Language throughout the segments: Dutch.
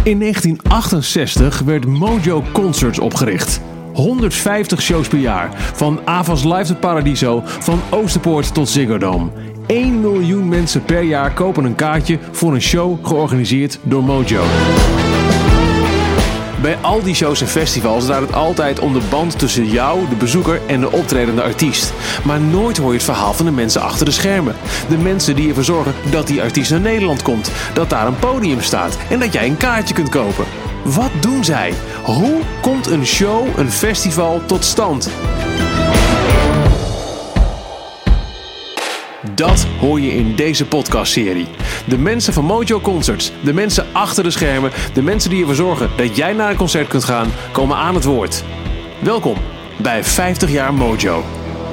In 1968 werd Mojo Concerts opgericht. 150 shows per jaar. Van Avas Live tot Paradiso, van Oosterpoort tot Ziggo Dome. 1 miljoen mensen per jaar kopen een kaartje voor een show georganiseerd door Mojo. Bij al die shows en festivals draait het altijd om de band tussen jou, de bezoeker en de optredende artiest. Maar nooit hoor je het verhaal van de mensen achter de schermen. De mensen die ervoor zorgen dat die artiest naar Nederland komt, dat daar een podium staat en dat jij een kaartje kunt kopen. Wat doen zij? Hoe komt een show, een festival tot stand? Dat hoor je in deze podcastserie. De mensen van Mojo Concerts, de mensen achter de schermen, de mensen die ervoor zorgen dat jij naar een concert kunt gaan, komen aan het woord. Welkom bij 50 jaar Mojo.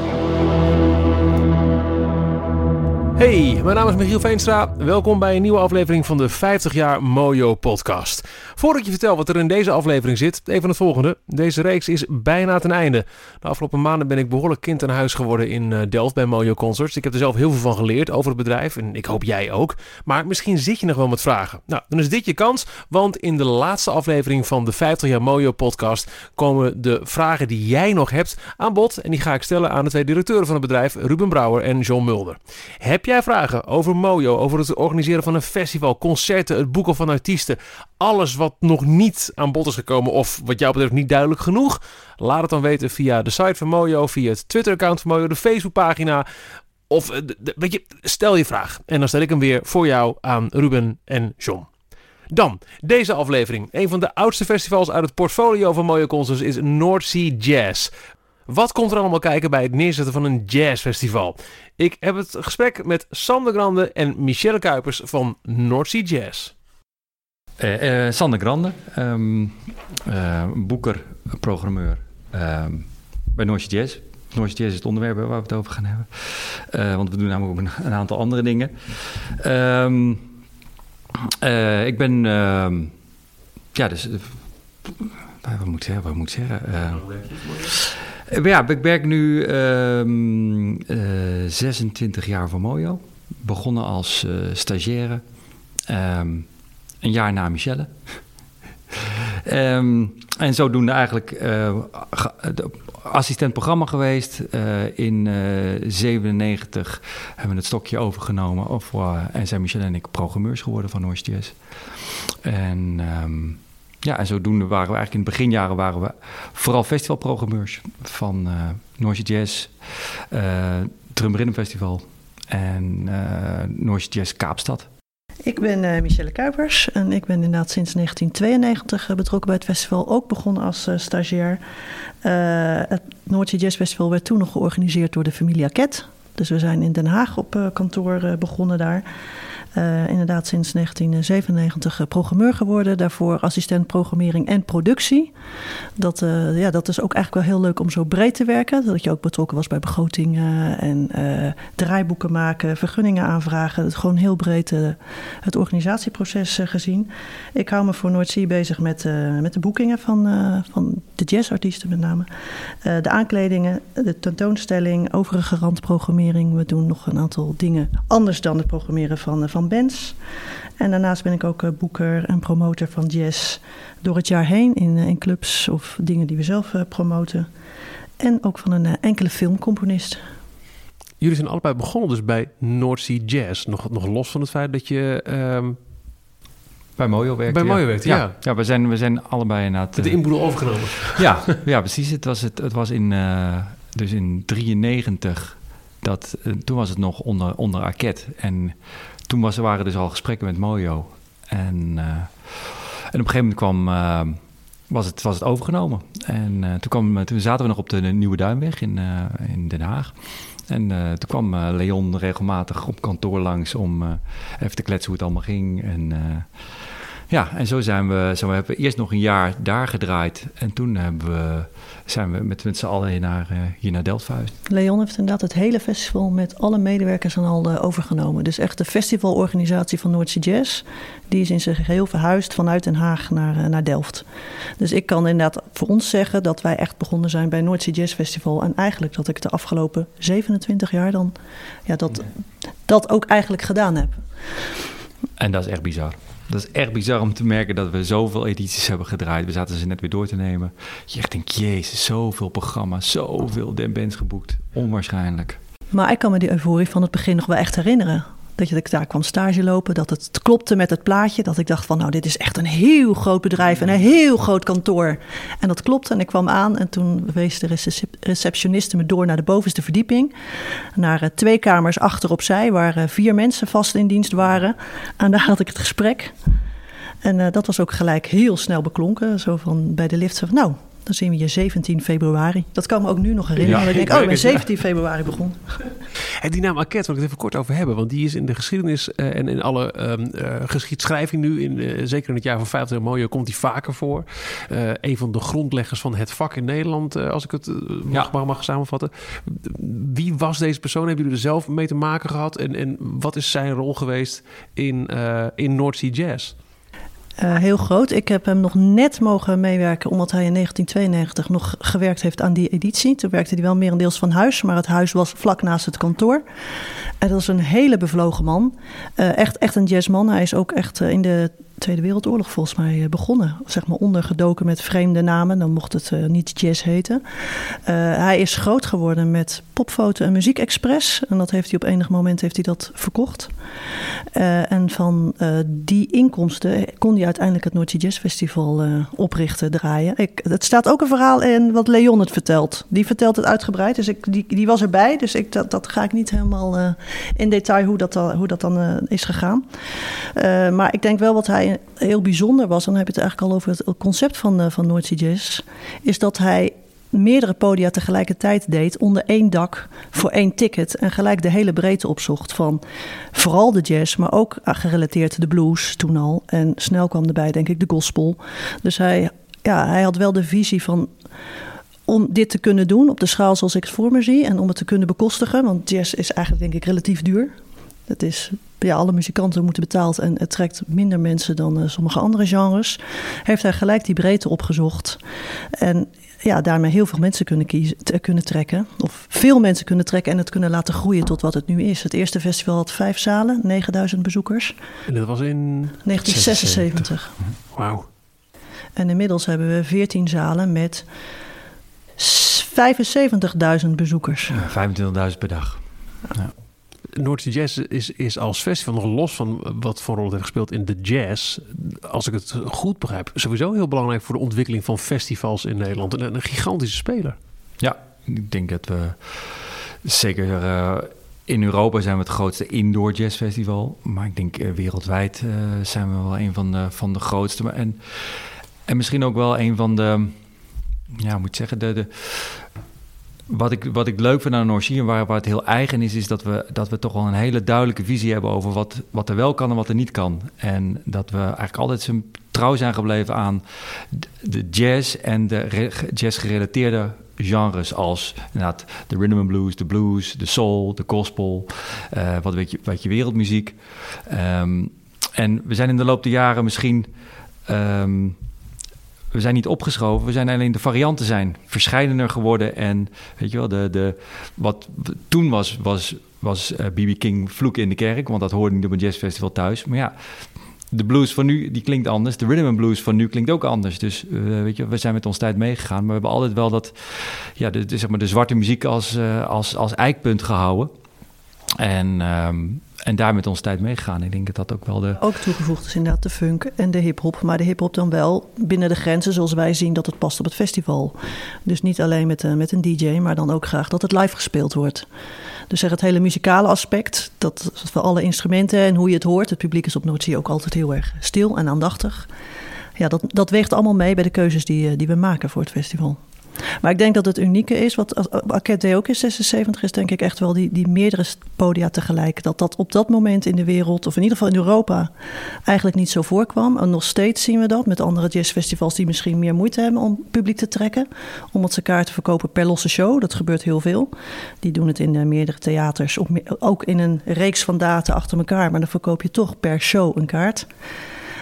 Hey, mijn naam is Michiel Veenstra. Welkom bij een nieuwe aflevering van de 50 jaar Mojo podcast. Voordat ik je vertel wat er in deze aflevering zit, even het volgende. Deze reeks is bijna ten einde. De afgelopen maanden ben ik behoorlijk kind aan huis geworden in Delft bij Mojo Concerts. Ik heb er zelf heel veel van geleerd over het bedrijf en ik hoop jij ook. Maar misschien zit je nog wel met vragen. Nou, dan is dit je kans, want in de laatste aflevering van de 50 jaar Mojo podcast komen de vragen die jij nog hebt aan bod. En die ga ik stellen aan de twee directeuren van het bedrijf, Ruben Brouwer en John Mulder. Heb jij vragen over Mojo, over het organiseren van een festival, concerten, het boeken van artiesten, alles wat nog niet aan bod is gekomen of wat jou betreft niet duidelijk genoeg? Laat het dan weten via de site van Mojo, via het Twitter-account van Mojo, de Facebookpagina of weet je, stel je vraag en dan stel ik hem weer voor jou aan Ruben en John. Dan, deze aflevering. Een van de oudste festivals uit het portfolio van Mojo Concerts is North Sea Jazz. Wat komt er allemaal kijken bij het neerzetten van een jazzfestival? Ik heb het gesprek met Sander Grande en Michelle Kuipers van North Sea Jazz. Sander Grande, boeker, programmeur bij North Sea Jazz. North Sea Jazz is het onderwerp waar we het over gaan hebben. Want we doen namelijk ook een aantal andere dingen. Ik ben... Wat moet ik zeggen? Ik werk nu 26 jaar voor Mojo. Begonnen als stagiaire. Een jaar na Michelle. En zodoende eigenlijk assistent programma geweest. In 97 hebben we het stokje overgenomen. En zijn Michelle en ik programmeurs geworden van North Jazz. En zodoende waren we eigenlijk in de beginjaren vooral festivalprogrammeurs van North Jazz, Drum Rhythm Festival en North Jazz Kaapstad. Ik ben Michelle Kuipers en ik ben inderdaad sinds 1992 betrokken bij het festival. Ook begonnen als stagiair. Het North Jazz Festival werd toen nog georganiseerd door de familie Arquette. Dus we zijn in Den Haag op kantoor begonnen daar. Inderdaad sinds 1997 programmeur geworden. Daarvoor assistent programmering en productie. Dat is ook eigenlijk wel heel leuk om zo breed te werken. Dat je ook betrokken was bij begrotingen en draaiboeken maken, vergunningen aanvragen. Het gewoon heel breed het organisatieproces gezien. Ik hou me voor North Sea bezig met de boekingen van de jazzartiesten met name. De aankledingen, de tentoonstelling, overige randprogrammering. We doen nog een aantal dingen anders dan het programmeren van bands. En daarnaast ben ik ook boeker en promotor van jazz door het jaar heen in clubs of dingen die we zelf promoten. En ook van een enkele filmcomponist. Jullie zijn allebei begonnen dus bij North Sea Jazz. Nog los van het feit dat je bij Mojo werkt. Bij Mojo werkt, ja. Ja, we zijn allebei inderdaad de inboedel overgenomen. Ja, precies. Het was in 93. Toen was het nog onder Arquette. En toen waren dus al gesprekken met Mojo. En op een gegeven moment was het overgenomen. En toen zaten we nog op de Nieuwe Duinweg in Den Haag. En toen kwam Leon regelmatig op kantoor langs om even te kletsen hoe het allemaal ging. En zo hebben we eerst nog een jaar daar gedraaid. En toen zijn we met z'n allen hier naar Delft verhuisd. Leon heeft inderdaad het hele festival met alle medewerkers en al overgenomen. Dus echt de festivalorganisatie van North Sea Jazz, die is in zijn geheel verhuisd vanuit Den Haag naar Delft. Dus ik kan inderdaad voor ons zeggen dat wij echt begonnen zijn bij North Sea Jazz Festival. En eigenlijk dat ik de afgelopen 27 jaar dat ook eigenlijk gedaan heb. En dat is echt bizar. Dat is echt bizar om te merken dat we zoveel edities hebben gedraaid. We zaten ze net weer door te nemen. Je echt denkt, jezus, zoveel programma's, zoveel bands geboekt. Onwaarschijnlijk. Maar ik kan me die euforie van het begin nog wel echt herinneren. Dat ik daar kwam stage lopen, dat het klopte met het plaatje. Dat ik dacht van, nou, dit is echt een heel groot bedrijf en een heel groot kantoor. En dat klopte en ik kwam aan en toen wees de receptioniste me door naar de bovenste verdieping. Naar 2 kamers achter opzij, waar 4 mensen vast in dienst waren. En daar had ik het gesprek. En dat was ook gelijk heel snel beklonken. Zo van bij de lift, van, nou, dan zien we je 17 februari. Dat kan me ook nu nog herinneren. Ik denk, ik ben 17 februari begonnen. En die naam Arquette, wil ik het even kort over hebben. Want die is in de geschiedenis en in alle geschiedschrijving nu, zeker in het jaar van 50 jaar Mojo, komt die vaker voor. Een van de grondleggers van het vak in Nederland, als ik het mag samenvatten. Wie was deze persoon? Hebben jullie er zelf mee te maken gehad? En wat is zijn rol geweest in North Sea Jazz? Heel groot. Ik heb hem nog net mogen meewerken, omdat hij in 1992 nog gewerkt heeft aan die editie. Toen werkte hij wel merendeels van huis, maar het huis was vlak naast het kantoor. En dat is een hele bevlogen man. Echt een jazzman. Hij is ook echt in de Tweede Wereldoorlog volgens mij begonnen. Zeg maar ondergedoken met vreemde namen. Dan mocht het niet jazz heten. Hij is groot geworden met Popfoto en Muziek Express. En dat heeft hij op enig moment dat verkocht. En van die inkomsten kon hij uiteindelijk het North Sea Jazz Festival oprichten, draaien. Het staat ook een verhaal in wat Leon het vertelt. Die vertelt het uitgebreid. Dus die was erbij. Dus dat ga ik niet helemaal in detail hoe dat dan is gegaan. Maar ik denk wel wat hij heel bijzonder was, en dan heb je het eigenlijk al over het concept van North Sea Jazz, is dat hij meerdere podia tegelijkertijd deed onder 1 dak voor 1 ticket en gelijk de hele breedte opzocht van vooral de jazz, maar ook gerelateerd de blues toen al. En snel kwam erbij, denk ik, de gospel. Dus hij had wel de visie van om dit te kunnen doen op de schaal zoals ik het voor me zie en om het te kunnen bekostigen, want jazz is eigenlijk, denk ik, relatief duur. Het is, alle muzikanten moeten betaald en het trekt minder mensen dan sommige andere genres. Heeft hij gelijk die breedte opgezocht. En daarmee heel veel mensen kunnen trekken. Of veel mensen kunnen trekken en het kunnen laten groeien tot wat het nu is. Het eerste festival had 5 zalen, 9000 bezoekers. En dat was in 1976. Wauw. En inmiddels hebben we 14 zalen met 75.000 bezoekers. Ja, 25.000 per dag. Ja. North Sea Jazz is als festival nog los van wat voor rol het heeft gespeeld in de jazz. Als ik het goed begrijp, sowieso heel belangrijk voor de ontwikkeling van festivals in Nederland. Een gigantische speler. Ja, ik denk dat we zeker in Europa zijn we het grootste indoor jazzfestival. Maar ik denk wereldwijd zijn we wel een van de grootste. En misschien ook wel een van de, hoe moet ik zeggen, Wat ik leuk vind aan North Sea en waar het heel eigen is dat we toch wel een hele duidelijke visie hebben over wat er wel kan en wat er niet kan. En dat we eigenlijk altijd trouw zijn gebleven aan de jazz en de jazz-gerelateerde genres als inderdaad de rhythm and blues, de soul, de gospel, wat je wereldmuziek. En we zijn in de loop der jaren misschien we zijn niet opgeschoven, we zijn alleen de varianten zijn verscheidener geworden. En weet je wel, wat toen was B.B. King vloeken in de kerk, want dat hoorde niet op een jazzfestival thuis. Maar ja, de blues van nu, die klinkt anders. De rhythm and blues van nu klinkt ook anders. Dus weet je, we zijn met ons tijd meegegaan. Maar we hebben altijd wel dat, zeg maar de zwarte muziek als eikpunt gehouden. En daar met ons tijd meegegaan. Ik denk dat dat ook wel Ook toegevoegd is inderdaad de funk en de hiphop. Maar de hiphop dan wel binnen de grenzen zoals wij zien dat het past op het festival. Dus niet alleen met een DJ, maar dan ook graag dat het live gespeeld wordt. Dus zeg het hele muzikale aspect, dat voor alle instrumenten en hoe je het hoort. Het publiek is op North Sea ook altijd heel erg stil en aandachtig. Ja, dat weegt allemaal mee bij de keuzes die we maken voor het festival. Maar ik denk dat het unieke is, wat Arquette deed ook in 76, is denk ik echt wel die meerdere podia tegelijk. Dat op dat moment in de wereld, of in ieder geval in Europa, eigenlijk niet zo voorkwam. En nog steeds zien we dat met andere jazzfestivals die misschien meer moeite hebben om publiek te trekken. Omdat ze kaarten verkopen per losse show. Dat gebeurt heel veel. Die doen het in meerdere theaters, ook in een reeks van data achter elkaar. Maar dan verkoop je toch per show een kaart.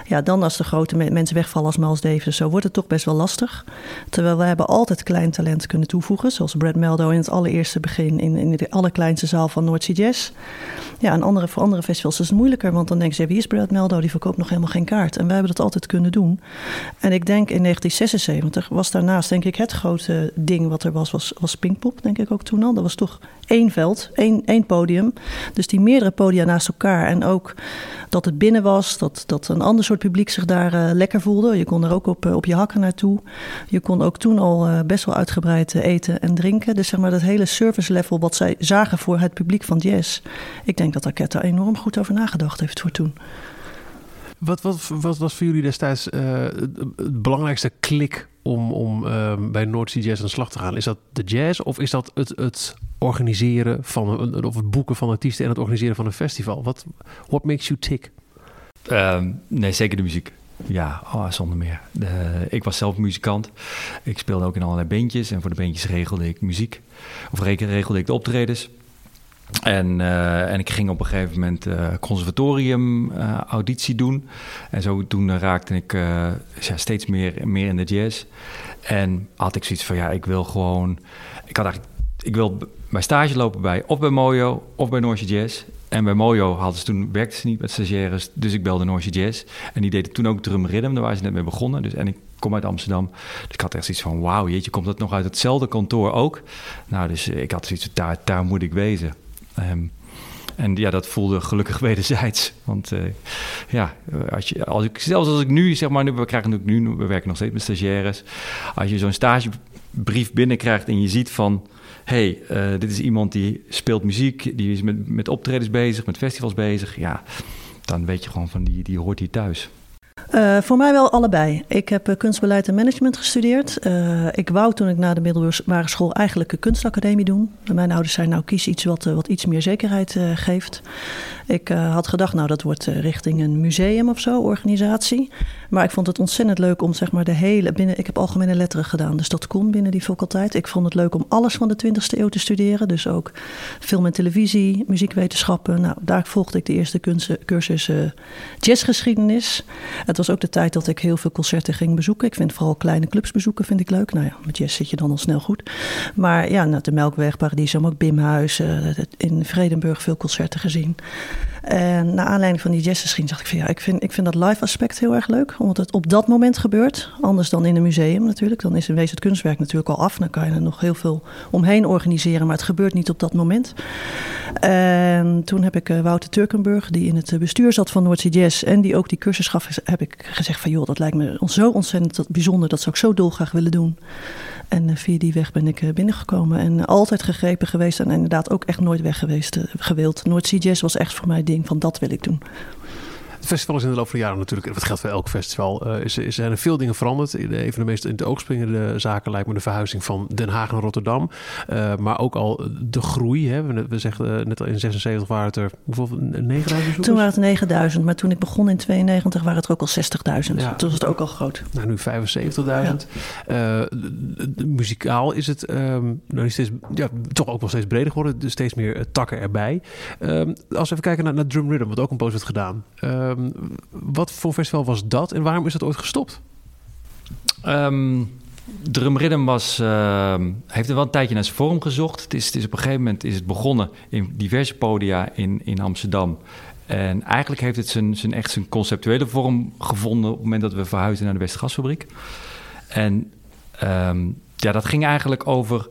Ja, dan als de grote mensen wegvallen als Miles Davis, zo wordt het toch best wel lastig. Terwijl we hebben altijd klein talent kunnen toevoegen, zoals Brad Mehldau in het allereerste begin in de allerkleinste zaal van North Sea Jazz. Ja, en voor andere festivals is het moeilijker, want dan denken ze, wie is Brad Mehldau? Die verkoopt nog helemaal geen kaart. En wij hebben dat altijd kunnen doen. En ik denk in 1976 was daarnaast, denk ik, het grote ding wat er was Pinkpop, denk ik ook toen al. Dat was toch één veld, één podium. Dus die meerdere podia naast elkaar. En ook dat het binnen was, dat een ander soort publiek zich daar lekker voelde. Je kon er ook op je hakken naartoe. Je kon ook toen al best wel uitgebreid eten en drinken. Dus zeg maar dat hele service level wat zij zagen voor het publiek van jazz. Ik denk dat Arquette daar enorm goed over nagedacht heeft voor toen. Wat was voor jullie destijds het belangrijkste klik om bij North Sea Jazz aan de slag te gaan? Is dat de jazz of is dat het organiseren of het boeken van artiesten en het organiseren van een festival? What makes you tick? Nee, zeker de muziek. Ja, zonder meer. Ik was zelf muzikant. Ik speelde ook in allerlei bandjes en voor de bandjes regelde ik muziek. Of regelde ik de optredens. En ik ging op een gegeven moment conservatorium auditie doen. En zo toen raakte ik steeds meer in de jazz. En had ik zoiets van, ik wil bij stage lopen of bij Mojo of bij North Sea Jazz. En bij Mojo werkte ze niet met stagiaires, dus ik belde North Sea Jazz. En die deden toen ook drum rhythm, daar waren ze net mee begonnen. En ik kom uit Amsterdam, dus ik had echt zoiets van, wauw, jeetje, komt dat nog uit hetzelfde kantoor ook? Nou, dus ik had zoiets van, daar moet ik wezen. En ja, dat voelde gelukkig wederzijds. Want als ik nu, zeg maar, we werken nog steeds met stagiaires. Als je zo'n stagebrief binnenkrijgt en je ziet van, dit is iemand die speelt muziek, die is met optredens bezig, met festivals bezig. Ja, dan weet je gewoon van, die hoort hier thuis. Voor mij wel allebei. Ik heb kunstbeleid en management gestudeerd. Ik wou toen ik na de middelbare school eigenlijk een kunstacademie doen. Mijn ouders zeiden, kies iets wat iets meer zekerheid geeft. Ik had gedacht, dat wordt richting een museum of zo, organisatie. Maar ik vond het ontzettend leuk om zeg maar ik heb algemene letteren gedaan, dus dat kon binnen die faculteit. Ik vond het leuk om alles van de 20e eeuw te studeren. Dus ook film en televisie, muziekwetenschappen. Daar volgde ik de eerste cursus jazzgeschiedenis. Het was ook de tijd dat ik heel veel concerten ging bezoeken. Ik vind vooral kleine clubs bezoeken vind ik leuk. Met jazz zit je dan al snel goed. Maar de Melkweg, Paradiso, maar ook Bimhuis. In Vredenburg veel concerten gezien. En naar aanleiding van die jazzgeschiedenis dacht ik van ik vind dat live aspect heel erg leuk. Omdat het op dat moment gebeurt. Anders dan in een museum natuurlijk. Dan is in wezen het kunstwerk natuurlijk al af. Dan kan je er nog heel veel omheen organiseren. Maar het gebeurt niet op dat moment. En toen heb ik Wouter Turkenburg, die in het bestuur zat van North Sea Jazz. En die ook die cursus gaf, heb ik gezegd van dat lijkt me zo ontzettend bijzonder. Dat zou ik zo dolgraag willen doen. En via die weg ben ik binnengekomen en altijd gegrepen geweest en inderdaad ook echt nooit weg gewild. North Sea Jazz was echt voor mij het ding van dat wil ik doen. Het festival is in de loop van de jaren natuurlijk, en dat geldt voor elk festival, zijn er veel dingen veranderd. Een van de meest in het oog springende zaken lijkt me de verhuizing van Den Haag naar Rotterdam. Maar ook al de groei. Hè? We zeggen net al in 76 waren het er, hoeveel, 9.000 bezoekers? Toen waren het 9.000, maar toen ik begon in 92 waren het er ook al 60.000. Ja. Toen was het ook al groot. Nu 75.000. Ja. Muzikaal is het toch ook wel steeds breder geworden. Dus steeds meer takken erbij. Als we even kijken naar Drum Rhythm, wat ook een poos werd gedaan. Wat voor festival was dat en waarom is dat ooit gestopt? Drum Rhythm heeft er wel een tijdje naar zijn vorm gezocht. Het is op een gegeven moment is het begonnen in diverse podia in Amsterdam. En eigenlijk heeft het zijn conceptuele vorm gevonden op het moment dat we verhuisden naar de Westgasfabriek. En dat ging eigenlijk over...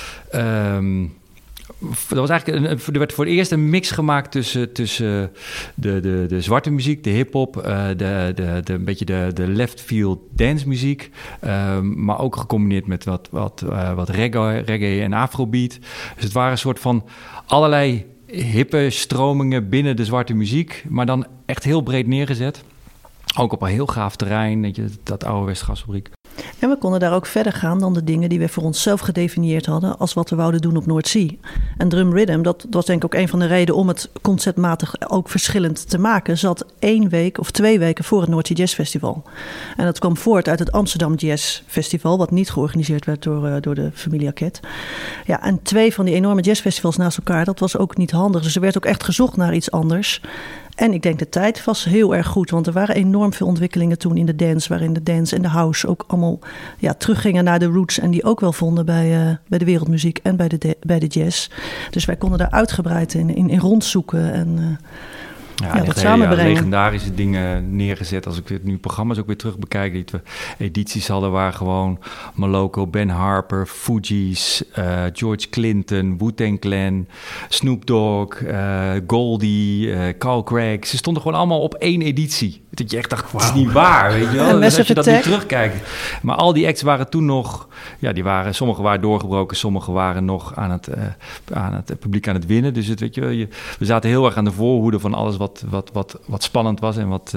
Er werd voor het eerst een mix gemaakt tussen de zwarte muziek, de hip-hop, een beetje de left-field dance muziek. Maar ook gecombineerd met wat reggae en afrobeat. Dus het waren een soort van allerlei hippe stromingen binnen de zwarte muziek. Maar dan echt heel breed neergezet. Ook op een heel gaaf terrein, weet je, dat oude Westgasfabriek. En we konden daar ook verder gaan dan de dingen die we voor onszelf gedefinieerd hadden als wat we wouden doen op North Sea. En Drum Rhythm, dat was denk ik ook een van de redenen om het conceptmatig ook verschillend te maken, zat 1 week of 2 weken voor het North Sea Jazz Festival. En dat kwam voort uit het Amsterdam Jazz Festival, wat niet georganiseerd werd door de familie Arquette. Ja, en 2 van die enorme jazzfestivals naast elkaar, dat was ook niet handig. Dus er werd ook echt gezocht naar iets anders. En ik denk de tijd was heel erg goed. Want er waren enorm veel ontwikkelingen toen in de dance. Waarin de dance en de house ook allemaal teruggingen naar de roots. En die ook wel vonden bij de wereldmuziek en bij de jazz. Dus wij konden daar uitgebreid in rondzoeken en dat samenbrengen. Legendarische dingen neergezet. Als ik nu programma's ook weer terug bekijk. Die we edities hadden waar gewoon Moloko, Ben Harper, Fugees, George Clinton, Wu-Tang Clan, Snoop Dogg, Goldie, Carl Craig. Ze stonden gewoon allemaal op 1 editie. Dat je echt dacht, het is niet waar, weet je wel. Dus als je dat nu terugkijkt. Maar al die acts waren toen nog, sommige waren doorgebroken, sommige waren nog aan het publiek aan het winnen. Dus weet je, we zaten heel erg aan de voorhoede van alles wat spannend was en wat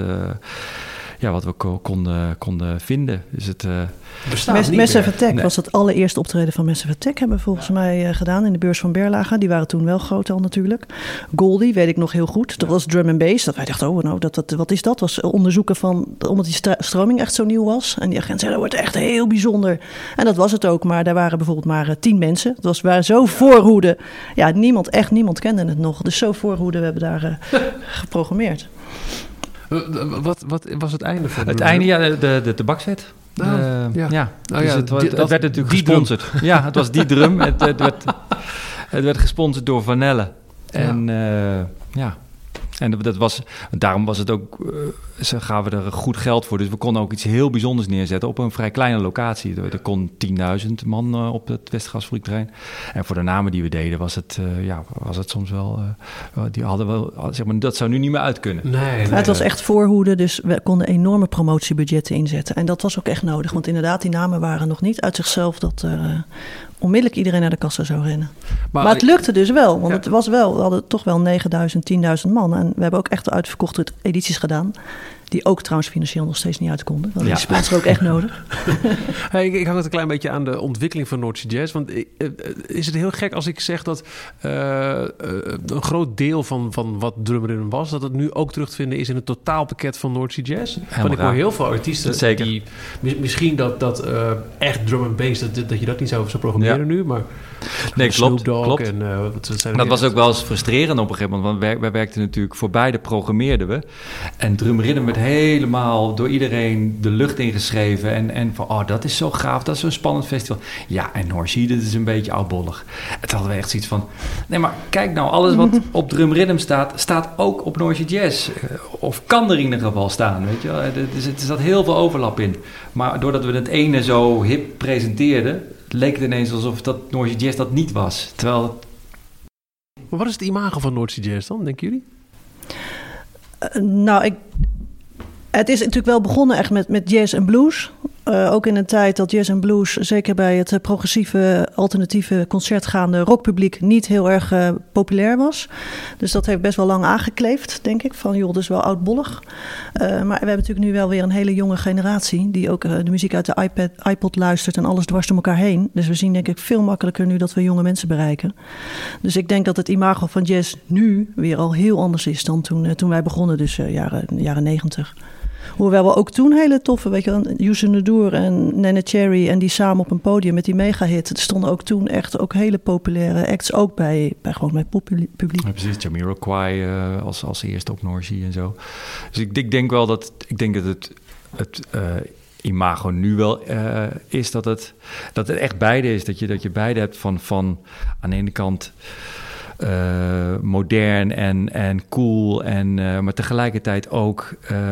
we konden vinden. Dus het Massive Attack was het allereerste optreden van Massive Attack. Hebben we volgens mij gedaan in de beurs van Berlage. Die waren toen wel groot al natuurlijk. Goldie weet ik nog heel goed. Dat was drum and bass. Dat wij dachten, wat is dat? Was onderzoeken omdat die stroming echt zo nieuw was. En die agent zei, dat wordt echt heel bijzonder. En dat was het ook. Maar daar waren bijvoorbeeld maar 10 mensen. Het waren zo voorhoede. Ja, niemand kende het nog. Dus zo voorhoede, we hebben daar geprogrammeerd. Wat was het einde van het einde? De tabaksvet. Dus het werd natuurlijk gesponsord. Ja, het was die drum. Het werd gesponsord door Vanelle. En En daarom was het ook, ze gaven er goed geld voor. Dus we konden ook iets heel bijzonders neerzetten op een vrij kleine locatie. Er kon 10.000 man op het Westgasfabriekterrein. En voor de namen die we deden was het soms wel, die hadden wel, zeg maar, dat zou nu niet meer uit kunnen. Nee. Het was echt voorhoede, dus we konden enorme promotiebudgetten inzetten. En dat was ook echt nodig, want inderdaad, die namen waren nog niet uit zichzelf dat onmiddellijk iedereen naar de kassa zou rennen. Maar het lukte dus wel, want het was wel, we hadden toch wel 9.000, 10.000 man. En we hebben ook echt uitverkochte edities gedaan, die ook trouwens financieel nog steeds niet uit konden. Dat is sponsor ook echt nodig. Hey, ik hang het een klein beetje aan de ontwikkeling van Noordzee Jazz. Want is het heel gek als ik zeg dat een groot deel van wat drumrhythm was, dat het nu ook terug te vinden is in het totaalpakket van Noordzee Jazz? Want ik hoor heel veel artiesten die misschien dat echt drum and bass, dat je dat niet zou programmeren nu, maar nee, klopt. En, dat was ook wel eens frustrerend op een gegeven moment, want wij werkten natuurlijk voor beide, programmeerden we. En drumrhythm werd helemaal door iedereen de lucht ingeschreven. En van, dat is zo gaaf, dat is zo'n spannend festival. Ja, en Noordzee, dat is een beetje oudbollig. Het hadden we echt zoiets van, nee, maar kijk nou, alles wat op drumrhythm staat ook op Noordzee Jazz. Of kan er in ieder geval staan, weet je wel. Er zat heel veel overlap in. Maar doordat we het ene zo hip presenteerden, leek het ineens alsof dat Noordzee Jazz dat niet was. Terwijl... Maar wat is het imago van Noordzee Jazz dan, denken jullie? Het is natuurlijk wel begonnen echt met jazz en blues. Ook in een tijd dat jazz en blues, zeker bij het progressieve, alternatieve, concertgaande rockpubliek, niet heel erg populair was. Dus dat heeft best wel lang aangekleefd, denk ik. Van joh, dat is wel oudbollig. Maar we hebben natuurlijk nu wel weer een hele jonge generatie die ook de muziek uit de iPod luistert en alles dwars door elkaar heen. Dus we zien denk ik veel makkelijker nu dat we jonge mensen bereiken. Dus ik denk dat het imago van jazz nu weer al heel anders is dan toen wij begonnen, dus jaren 90. Hoewel we ook toen hele toffe, weet je wel, Youssou N'Dour en Nene Cherry en die samen op een podium met die megahit. Er stonden ook toen echt ook hele populaire acts, ook bij poppubliek. Ja, precies, Jamiroquai als eerste op Noordzee en zo. Dus ik denk wel dat het imago nu wel is dat het echt beide is. Dat je beide hebt van aan de ene kant modern en cool maar tegelijkertijd ook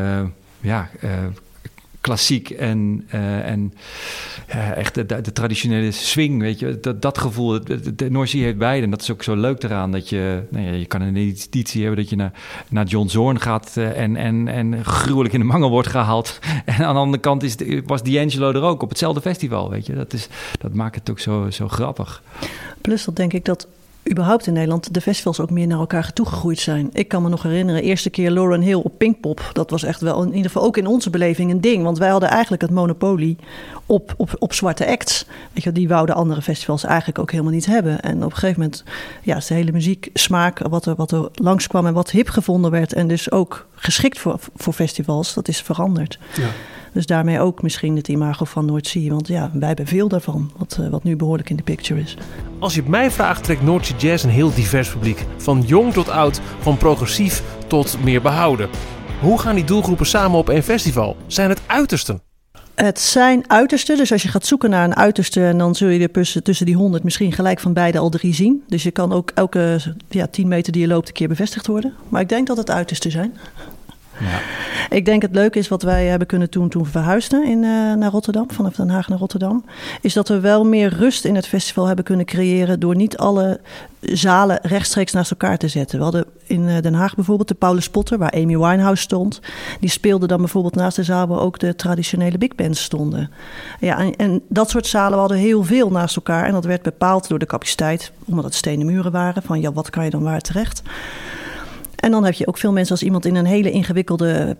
klassiek en echt de traditionele swing, weet je. Dat gevoel, de Noordzee heeft beide. En dat is ook zo leuk eraan, dat je kan een editie hebben dat je naar John Zorn gaat en gruwelijk in de mangel wordt gehaald. En aan de andere kant was D'Angelo er ook op hetzelfde festival, weet je. Dat maakt het ook zo grappig. Plus dat denk ik dat überhaupt in Nederland de festivals ook meer naar elkaar toegegroeid zijn. Ik kan me nog herinneren, eerste keer Lauryn Hill op Pinkpop. Dat was echt wel in ieder geval ook in onze beleving een ding. Want wij hadden eigenlijk het monopolie op zwarte acts. Weet je, die wouden andere festivals eigenlijk ook helemaal niet hebben. En op een gegeven moment is de hele muzieksmaak, wat er langskwam en wat hip gevonden werd en dus ook geschikt voor festivals, dat is veranderd. Ja. Dus daarmee ook misschien het imago van Noordzee. Want wij hebben veel daarvan, wat nu behoorlijk in de picture is. Als je het mij vraagt, trekt Noordzee Jazz een heel divers publiek. Van jong tot oud, van progressief tot meer behouden. Hoe gaan die doelgroepen samen op één festival? Zijn het uitersten? Het zijn uitersten, dus als je gaat zoeken naar een uiterste... en dan zul je er tussen die 100 misschien gelijk van beide al 3 zien. Dus je kan ook elke 10 meter die je loopt een keer bevestigd worden. Maar ik denk dat het uitersten zijn. Ja. Ik denk het leuke is wat wij hebben kunnen doen toen we verhuisden naar Rotterdam, vanaf Den Haag naar Rotterdam, is dat we wel meer rust in het festival hebben kunnen creëren door niet alle zalen rechtstreeks naast elkaar te zetten. We hadden in Den Haag bijvoorbeeld de Paulus Potter, waar Amy Winehouse stond. Die speelde dan bijvoorbeeld naast de zaal waar ook de traditionele big bands stonden. Ja, en dat soort zalen hadden heel veel naast elkaar en dat werd bepaald door de capaciteit, omdat het stenen muren waren, van ja, wat kan je dan waar terecht? En dan heb je ook veel mensen als iemand in een hele ingewikkelde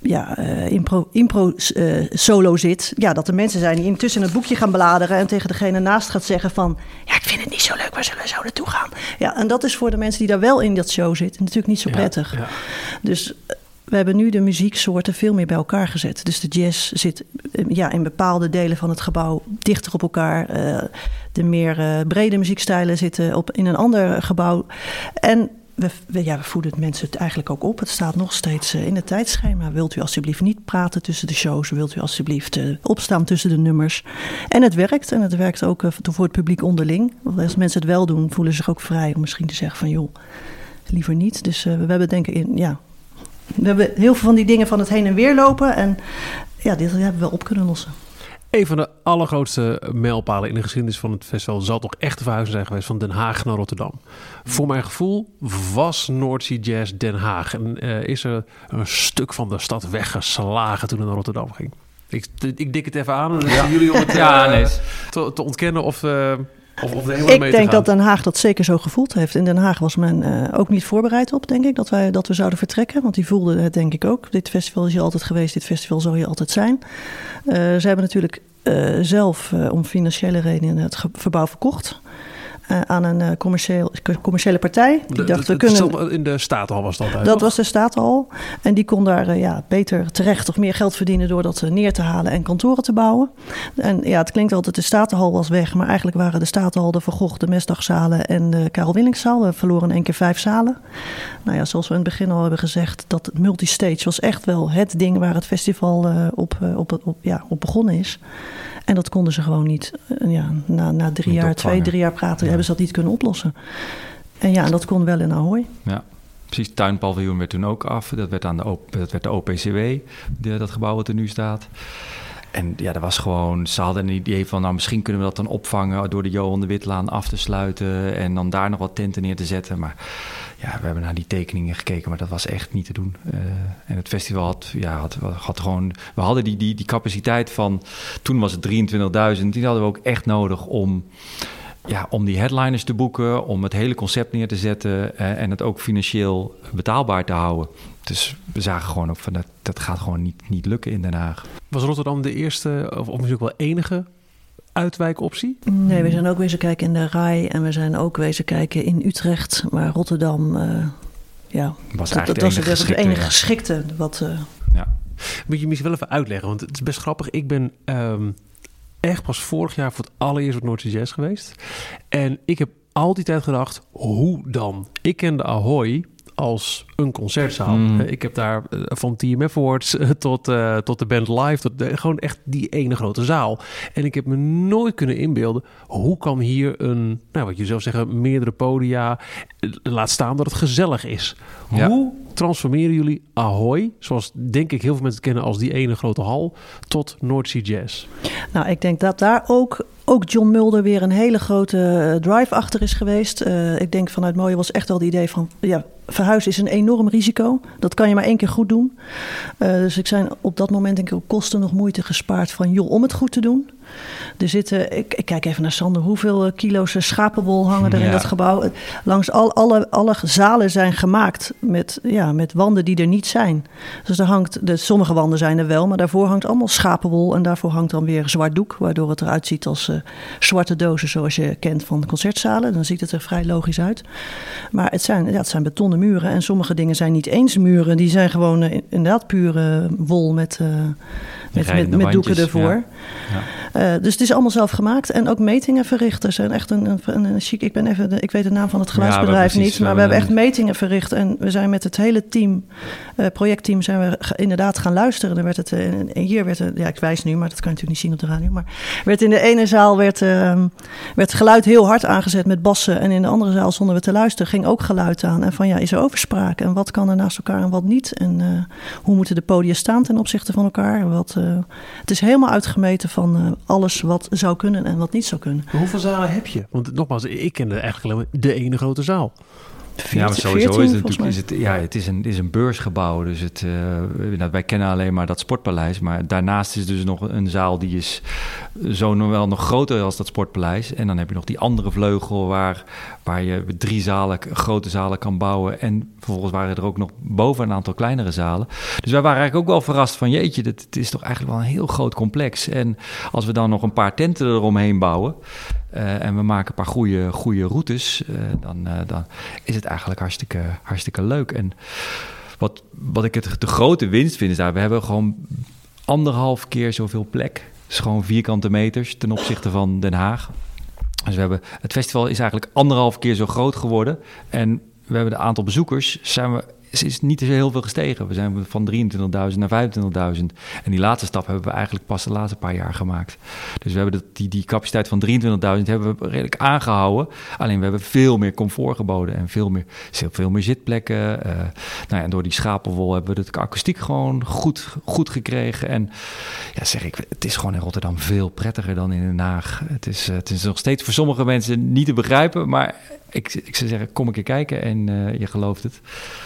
impro solo zit. Ja, dat er mensen zijn die intussen het boekje gaan bladeren en tegen degene naast gaat zeggen van, ja, ik vind het niet zo leuk, waar zullen we zo naartoe gaan? Ja, en dat is voor de mensen die daar wel in dat show zitten natuurlijk niet zo prettig. Ja. Dus we hebben nu de muzieksoorten veel meer bij elkaar gezet. Dus de jazz zit in bepaalde delen van het gebouw dichter op elkaar. De meer brede muziekstijlen zitten in een ander gebouw. En we voeden het mensen het eigenlijk ook op. Het staat nog steeds in het tijdschema. Wilt u alsjeblieft niet praten tussen de shows? Wilt u alsjeblieft opstaan tussen de nummers? En het werkt. En het werkt ook voor het publiek onderling. Want als mensen het wel doen, voelen ze zich ook vrij om misschien te zeggen van joh, liever niet. Dus we hebben denk ik we hebben heel veel van die dingen van het heen en weer lopen. En ja, dit hebben we wel op kunnen lossen. Een van de allergrootste mijlpalen in de geschiedenis van het festival zal toch echt de verhuizing zijn geweest van Den Haag naar Rotterdam. Voor mijn gevoel was North Sea Jazz Den Haag. En is er een stuk van de stad weggeslagen toen het naar Rotterdam ging. Ik dik het even aan en dan zijn jullie om het te ontkennen of de hele Ik denk dat Den Haag dat zeker zo gevoeld heeft. In Den Haag was men ook niet voorbereid op, denk ik, dat we zouden vertrekken. Want die voelden het, denk ik ook. Dit festival is hier altijd geweest, dit festival zal hier altijd zijn. Ze hebben natuurlijk zelf om financiële redenen het gebouw verkocht. Aan een commerciële partij. Die dacht, we kunnen... In de Statenhal was dat. Dat was de Statenhal. En die kon daar beter terecht of meer geld verdienen door dat neer te halen en kantoren te bouwen. En ja, het klinkt altijd de Statenhal was weg, maar eigenlijk waren de Statenhal, de Van Gogh, de Mesdagzalen en de Karel Willingszaal. We verloren in één keer 5 zalen. Nou ja, zoals we in het begin al hebben gezegd, dat het multistage was echt wel het ding waar het festival op begonnen is. En dat konden ze gewoon niet. Na 3 jaar, 2-3 jaar praten, hebben ze dat niet kunnen oplossen. En dat kon wel in Ahoy. Ja, precies. Tuinpaviljoen werd toen ook af. Dat werd de OPCW, dat gebouw wat er nu staat. En ja, dat was gewoon, ze hadden een idee van, misschien kunnen we dat dan opvangen door de Johan de Witlaan af te sluiten en dan daar nog wat tenten neer te zetten. Maar ja, we hebben naar die tekeningen gekeken, maar dat was echt niet te doen. En het festival had gewoon, we hadden die capaciteit van, toen was het 23.000, die hadden we ook echt nodig om die headliners te boeken, om het hele concept neer te zetten en het ook financieel betaalbaar te houden. Dus we zagen gewoon ook van dat gaat gewoon niet lukken in Den Haag. Was Rotterdam de eerste, of misschien ook wel enige uitwijkoptie? Nee, we zijn ook wezen kijken in de RAI en we zijn ook wezen kijken in Utrecht. Maar Rotterdam, was dat was het enige geschikte. Moet je misschien wel even uitleggen, want het is best grappig. Ik ben echt pas vorig jaar voor het allereerst op North Sea Jazz geweest. En ik heb al die tijd gedacht, hoe dan? Ik kende Ahoy als een concertzaal. Ik heb daar van TMF Awards tot de band live, gewoon echt die ene grote zaal. En ik heb me nooit kunnen inbeelden, hoe kan hier een, wat je zelf zeggen, meerdere podia, laat staan dat het gezellig is. Ja. Hoe transformeren jullie Ahoy, zoals denk ik heel veel mensen kennen als die ene grote hal, tot North Sea Jazz? Nou, ik denk dat daar ook John Mulder weer een hele grote drive achter is geweest. Ik denk vanuit Mojo was echt wel het idee van, verhuizen is een enorm risico. Dat kan je maar 1 keer goed doen. Dus ik zijn op dat moment denk ik ook kosten nog moeite gespaard van om het goed te doen. Er zitten, ik kijk even naar Sander, hoeveel kilo's schapenwol hangen er in dat gebouw. Langs alle zalen zijn gemaakt met wanden die er niet zijn. Dus sommige wanden zijn er wel, maar daarvoor hangt allemaal schapenwol en daarvoor hangt dan weer zwart doek, waardoor het eruit ziet als zwarte dozen zoals je kent van concertzalen. Dan ziet het er vrij logisch uit. Maar het zijn betonnen muren en sommige dingen zijn niet eens muren. Die zijn gewoon inderdaad pure wol met doeken ervoor. Dus het is allemaal zelf gemaakt. En ook metingen verricht. Er zijn echt een chic... Ik weet de naam van het geluidsbedrijf niet. Maar we hebben echt metingen verricht. En we zijn met het hele team, projectteam, zijn we inderdaad gaan luisteren. Er werd het hier werd het, ik wijs nu, maar dat kan je natuurlijk niet zien op de radio. Maar werd in de ene zaal werd geluid heel hard aangezet met bassen. En in de andere zaal, zonder we te luisteren, ging ook geluid aan. En van is er overspraak? En wat kan er naast elkaar en wat niet? En hoe moeten de podia staan ten opzichte van elkaar? Het is helemaal uitgemeten van alles wat zou kunnen en wat niet zou kunnen. Maar hoeveel zalen heb je? Want nogmaals, ik kende eigenlijk alleen maar de ene grote zaal. 14, maar sowieso 14, is het natuurlijk... Het is een beursgebouw. Dus wij kennen alleen maar dat sportpaleis. Maar daarnaast is dus nog een zaal die is zo nog groter als dat sportpaleis. En dan heb je nog die andere vleugel waar je 3 grote zalen kan bouwen. En vervolgens waren er ook nog boven een aantal kleinere zalen. Dus wij waren eigenlijk ook wel verrast van jeetje, het is toch eigenlijk wel een heel groot complex. En als we dan nog een paar tenten eromheen bouwen... en we maken een paar goede routes, dan is het eigenlijk hartstikke leuk. En wat ik de grote winst vind is daar, we hebben gewoon 1,5 keer zoveel plek. Dus gewoon vierkante meters ten opzichte van Den Haag. Dus het festival is eigenlijk 1,5 keer zo groot geworden. En we hebben het aantal bezoekers, is niet zo heel veel gestegen. We zijn van 23.000 naar 25.000. En die laatste stap hebben we eigenlijk pas de laatste paar jaar gemaakt. Dus we hebben die capaciteit van 23.000 hebben we redelijk aangehouden. Alleen we hebben veel meer comfort geboden en veel meer zitplekken. En door die schapelwol hebben we de akoestiek gewoon goed gekregen. En het is gewoon in Rotterdam veel prettiger dan in Den Haag. Het is nog steeds voor sommige mensen niet te begrijpen. Maar ik zou zeggen, kom een keer kijken en je gelooft het.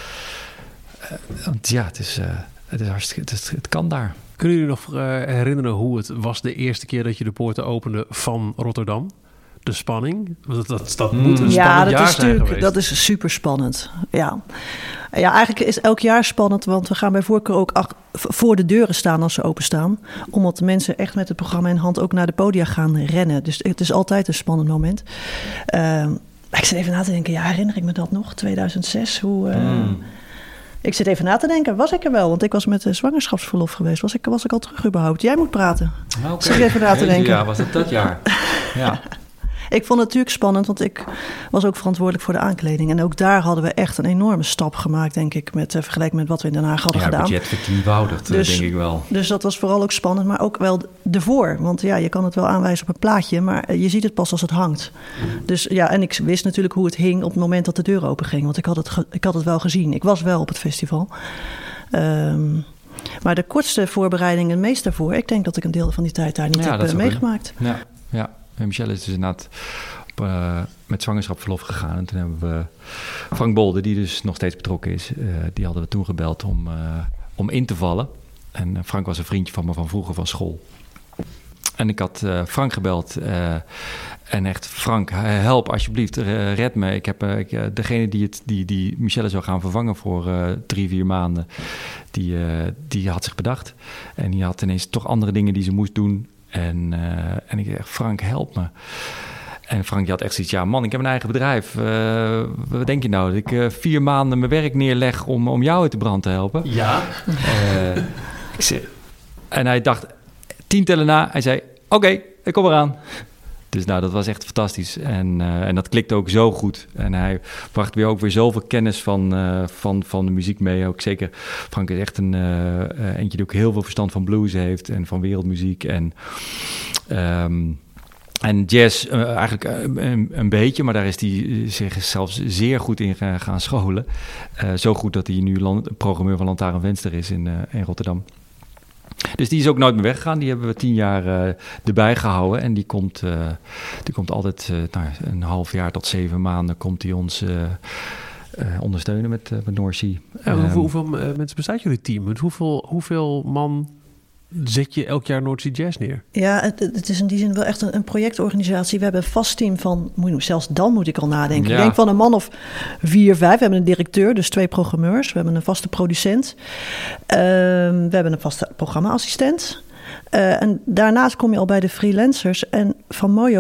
Want het is hartstikke, het kan daar. Kunnen jullie nog herinneren hoe het was de eerste keer dat je de poorten opende van Rotterdam? De spanning? Dat moet een spannend jaar zijn geweest. Dat is super spannend. Ja, eigenlijk is elk jaar spannend, want we gaan bij voorkeur ook voor de deuren staan als ze openstaan. Omdat de mensen echt met het programma in hand ook naar de podia gaan rennen. Dus het is altijd een spannend moment. Ik zit even na te denken, herinner ik me dat nog? 2006, Ik zit even na te denken, was ik er wel? Want ik was met zwangerschapsverlof geweest. Was ik al terug überhaupt? Jij moet praten. Okay. Zit even na te denken. Ja, was het dat jaar? Ja. Ik vond het natuurlijk spannend, want ik was ook verantwoordelijk voor de aankleding. En ook daar hadden we echt een enorme stap gemaakt, denk ik, vergeleken met wat we in Den Haag hadden gedaan. Ja, budget vertienvoudigd, denk ik wel. Dus dat was vooral ook spannend, maar ook wel ervoor. Want je kan het wel aanwijzen op een plaatje, maar je ziet het pas als het hangt. Dus en ik wist natuurlijk hoe het hing op het moment dat de deur open ging. Want ik had het wel gezien. Ik was wel op het festival. Maar de kortste voorbereiding en het meest daarvoor, ik denk dat ik een deel van die tijd daar niet heb meegemaakt. Ja. En Michelle is dus inderdaad met zwangerschapsverlof gegaan. En toen hebben we Frank Bolde, die dus nog steeds betrokken is, die hadden we toen gebeld om in te vallen. En Frank was een vriendje van me van vroeger van school. En ik had Frank gebeld en echt, Frank, help alsjeblieft, red me. Ik heb degene die Michelle zou gaan vervangen voor 3-4 maanden, die had zich bedacht. En die had ineens toch andere dingen die ze moest doen. En ik dacht, Frank, help me. En Frank had echt zoiets, man, ik heb een eigen bedrijf. Wat denk je nou? Dat ik 4 maanden mijn werk neerleg om jou uit de brand te helpen? Ja. En hij dacht, 10 tellen na. Hij zei, oké, ik kom eraan. Dus dat was echt fantastisch. En dat klikte ook zo goed. En hij bracht ook weer zoveel kennis van de muziek mee. Ook zeker, Frank is echt eentje die ook heel veel verstand van blues heeft en van wereldmuziek. En jazz eigenlijk een beetje, maar daar is hij zich zelfs zeer goed in gaan scholen. Zo goed dat hij nu programmeur van Lantaarnvenster is in Rotterdam. Dus die is ook nooit meer weggegaan. Die hebben we 10 jaar erbij gehouden. En die komt altijd een half jaar tot 7 maanden komt hij ons ondersteunen met North Sea. Hoeveel mensen bestaat jullie team? Met hoeveel man zet je elk jaar North Sea Jazz neer? Ja, het is in die zin wel echt een projectorganisatie. We hebben een vast team van, zelfs dan moet ik al nadenken. Ja. Ik denk van een man of 4, 5. We hebben een directeur, dus 2 programmeurs. We hebben een vaste producent. We hebben een vaste programma-assistent. En daarnaast kom je al bij de freelancers. En van Mojo,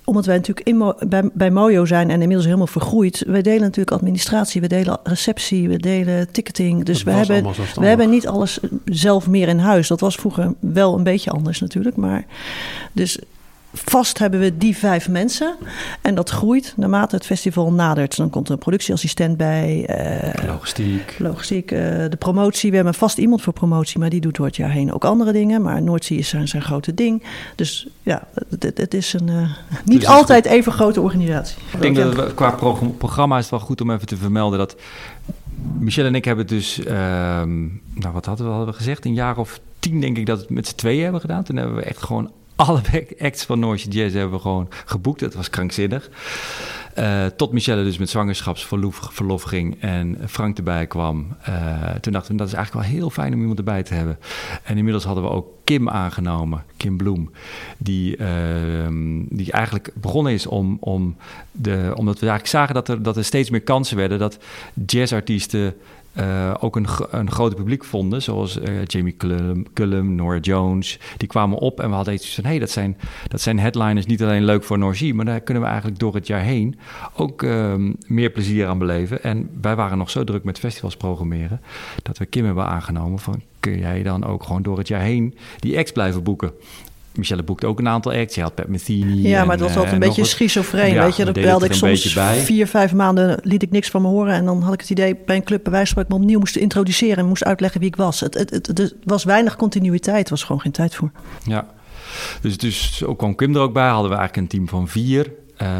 omdat wij natuurlijk bij Mojo zijn en inmiddels helemaal vergroeid. We delen natuurlijk administratie, we delen receptie, we delen ticketing. Dus we hebben niet alles zelf meer in huis. Dat was vroeger wel een beetje anders natuurlijk. Maar dus vast hebben we die 5 mensen. En dat groeit naarmate het festival nadert. Dan komt er een productieassistent bij. Logistiek. De promotie. We hebben vast iemand voor promotie, maar die doet door het jaar heen ook andere dingen. Maar Noordzee is zijn grote ding. Dus ja, het is een niet dus altijd even grote organisatie. Ik denk dat we, qua programma is het wel goed om even te vermelden dat Michelle en ik hebben dus, wat hadden we gezegd? Een jaar of 10 denk ik dat we het met z'n tweeën hebben gedaan. Toen hebben we echt gewoon alle acts van Noordzee Jazz hebben we gewoon geboekt. Dat was krankzinnig. Tot Michelle dus met zwangerschapsverlof ging en Frank erbij kwam. Toen dachten we, dat is eigenlijk wel heel fijn om iemand erbij te hebben. En inmiddels hadden we ook Kim aangenomen, Kim Bloem. Die eigenlijk begonnen is omdat we eigenlijk zagen dat er steeds meer kansen werden. Dat jazzartiesten ook een groot publiek vonden, zoals Jamie Cullum, Norah Jones. Die kwamen op en we hadden iets van, dat zijn headliners niet alleen leuk voor Noordzee, maar daar kunnen we eigenlijk door het jaar heen ook meer plezier aan beleven. En wij waren nog zo druk met festivals programmeren, dat we Kim hebben aangenomen van, kun jij dan ook gewoon door het jaar heen die acts blijven boeken? Michelle boekt ook een aantal acts. Je had Pat Metheny. Ja, maar dat was altijd een beetje schizofreen. Ja, weet je, dat belde ik soms 4-5 maanden, liet ik niks van me horen. En dan had ik het idee bij een club bij wijze van ik me opnieuw moest introduceren en moest uitleggen wie ik was. Het was weinig continuïteit, er was gewoon geen tijd voor. Ja, dus ook kwam Kim er ook bij. Hadden we eigenlijk een team van 4.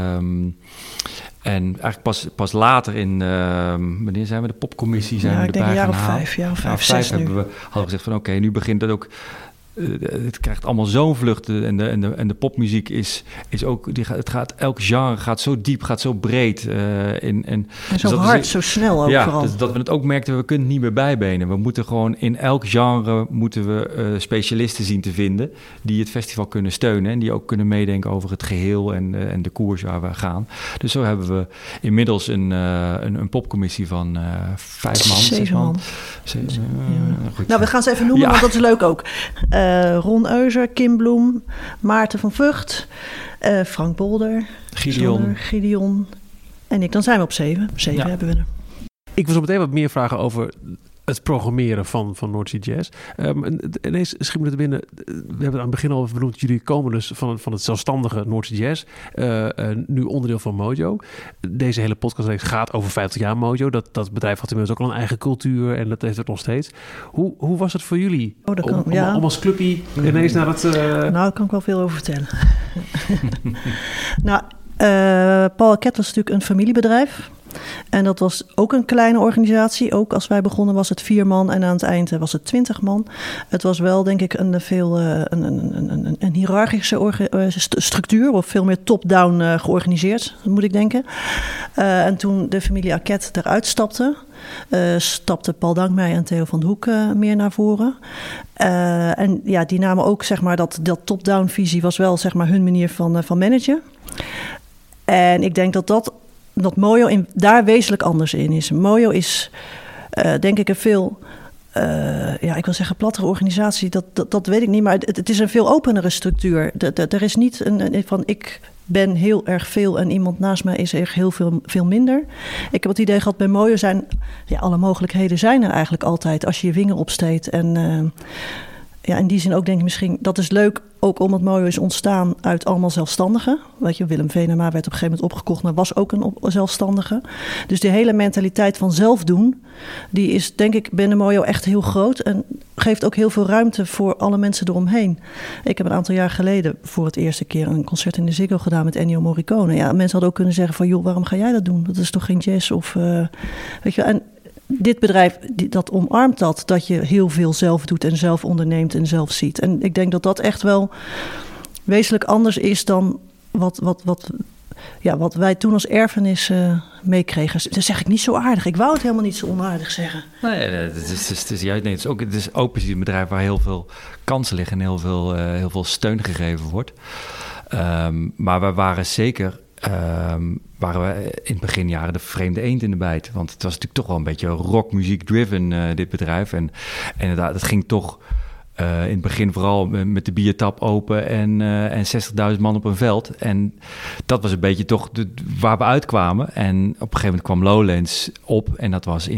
En eigenlijk pas later wanneer zijn we de popcommissie zijn we erbij gaan halen? Jaar of 5, 6 hadden we gezegd van oké, nu begint het ook. Het krijgt allemaal zo'n vlucht en de popmuziek is ook, het gaat, elk genre gaat zo diep, gaat zo breed. En zo dus hard, zo snel ook vooral. Dus dat we het ook merkten, we kunnen het niet meer bijbenen. We moeten gewoon in elk genre specialisten zien te vinden die het festival kunnen steunen en die ook kunnen meedenken over het geheel en de koers waar we gaan. Dus zo hebben we inmiddels een popcommissie van 5 man. 7 man. Nou, we gaan ze even noemen, want dat is leuk ook. Ron Euser, Kim Bloem, Maarten van Vught, Frank Bolder, Gideon en ik. Dan zijn we op 7. 7 hebben we er. Ik wil zo meteen wat meer vragen over het programmeren van Noordzee Jazz. Ineens schiet me er binnen. We hebben het aan het begin al benoemd. Jullie komen dus van het zelfstandige Noordzee Jazz. Nu onderdeel van Mojo. Deze hele podcast gaat over 50 jaar Mojo. Dat bedrijf had inmiddels ook al een eigen cultuur. En dat heeft het nog steeds. Hoe was het voor jullie? Om als clubje ineens naar het... Nou, daar kan ik wel veel over vertellen. Paul Arquette was natuurlijk een familiebedrijf. En dat was ook een kleine organisatie. Ook als wij begonnen was het 4 man en aan het eind was het 20 man. Het was wel, denk ik, een hiërarchische structuur. Of veel meer top-down georganiseerd, moet ik denken. En toen de familie Arquette eruit stapte, stapte Paul Dankmeijer en Theo van de Hoek meer naar voren. En ja, die namen ook, zeg maar, dat top-down visie was wel, zeg maar, hun manier van managen. En ik denk dat Mojo daar wezenlijk anders in is. Mojo is, denk ik, een veel, ik wil zeggen plattere organisatie. Dat weet ik niet, maar het is een veel openere structuur. Er is niet een van ik ben heel erg veel en iemand naast mij is er heel veel minder. Ik heb het idee gehad bij Mojo alle mogelijkheden zijn er eigenlijk altijd als je je vinger opsteekt. En in die zin ook denk ik misschien, dat is leuk, ook omdat Mojo is ontstaan uit allemaal zelfstandigen. Weet je, Willem Venema werd op een gegeven moment opgekocht, maar was ook een zelfstandige. Dus die hele mentaliteit van zelf doen, die is denk ik binnen Mojo echt heel groot en geeft ook heel veel ruimte voor alle mensen eromheen. Ik heb een aantal jaar geleden voor het eerste keer een concert in de Ziggo gedaan met Ennio Morricone. Ja, mensen hadden ook kunnen zeggen van, joh, waarom ga jij dat doen? Dat is toch geen jazz? Of weet je, en dit bedrijf, dat omarmt dat je heel veel zelf doet en zelf onderneemt en zelf ziet. En ik denk dat dat echt wel wezenlijk anders is dan wat wij toen als erfenis meekregen. Dat zeg ik niet zo aardig. Ik wou het helemaal niet zo onaardig zeggen. Nee, het is ook precies een bedrijf waar heel veel kansen liggen en heel veel steun gegeven wordt. Maar we waren zeker... waren we in het beginjaren de vreemde eend in de bijt. Want het was natuurlijk toch wel een beetje rockmuziek-driven, dit bedrijf. En inderdaad, het ging toch In het begin vooral met de biertap open en 60.000 man op een veld. En dat was een beetje toch waar we uitkwamen. En op een gegeven moment kwam Lowlands op. En dat was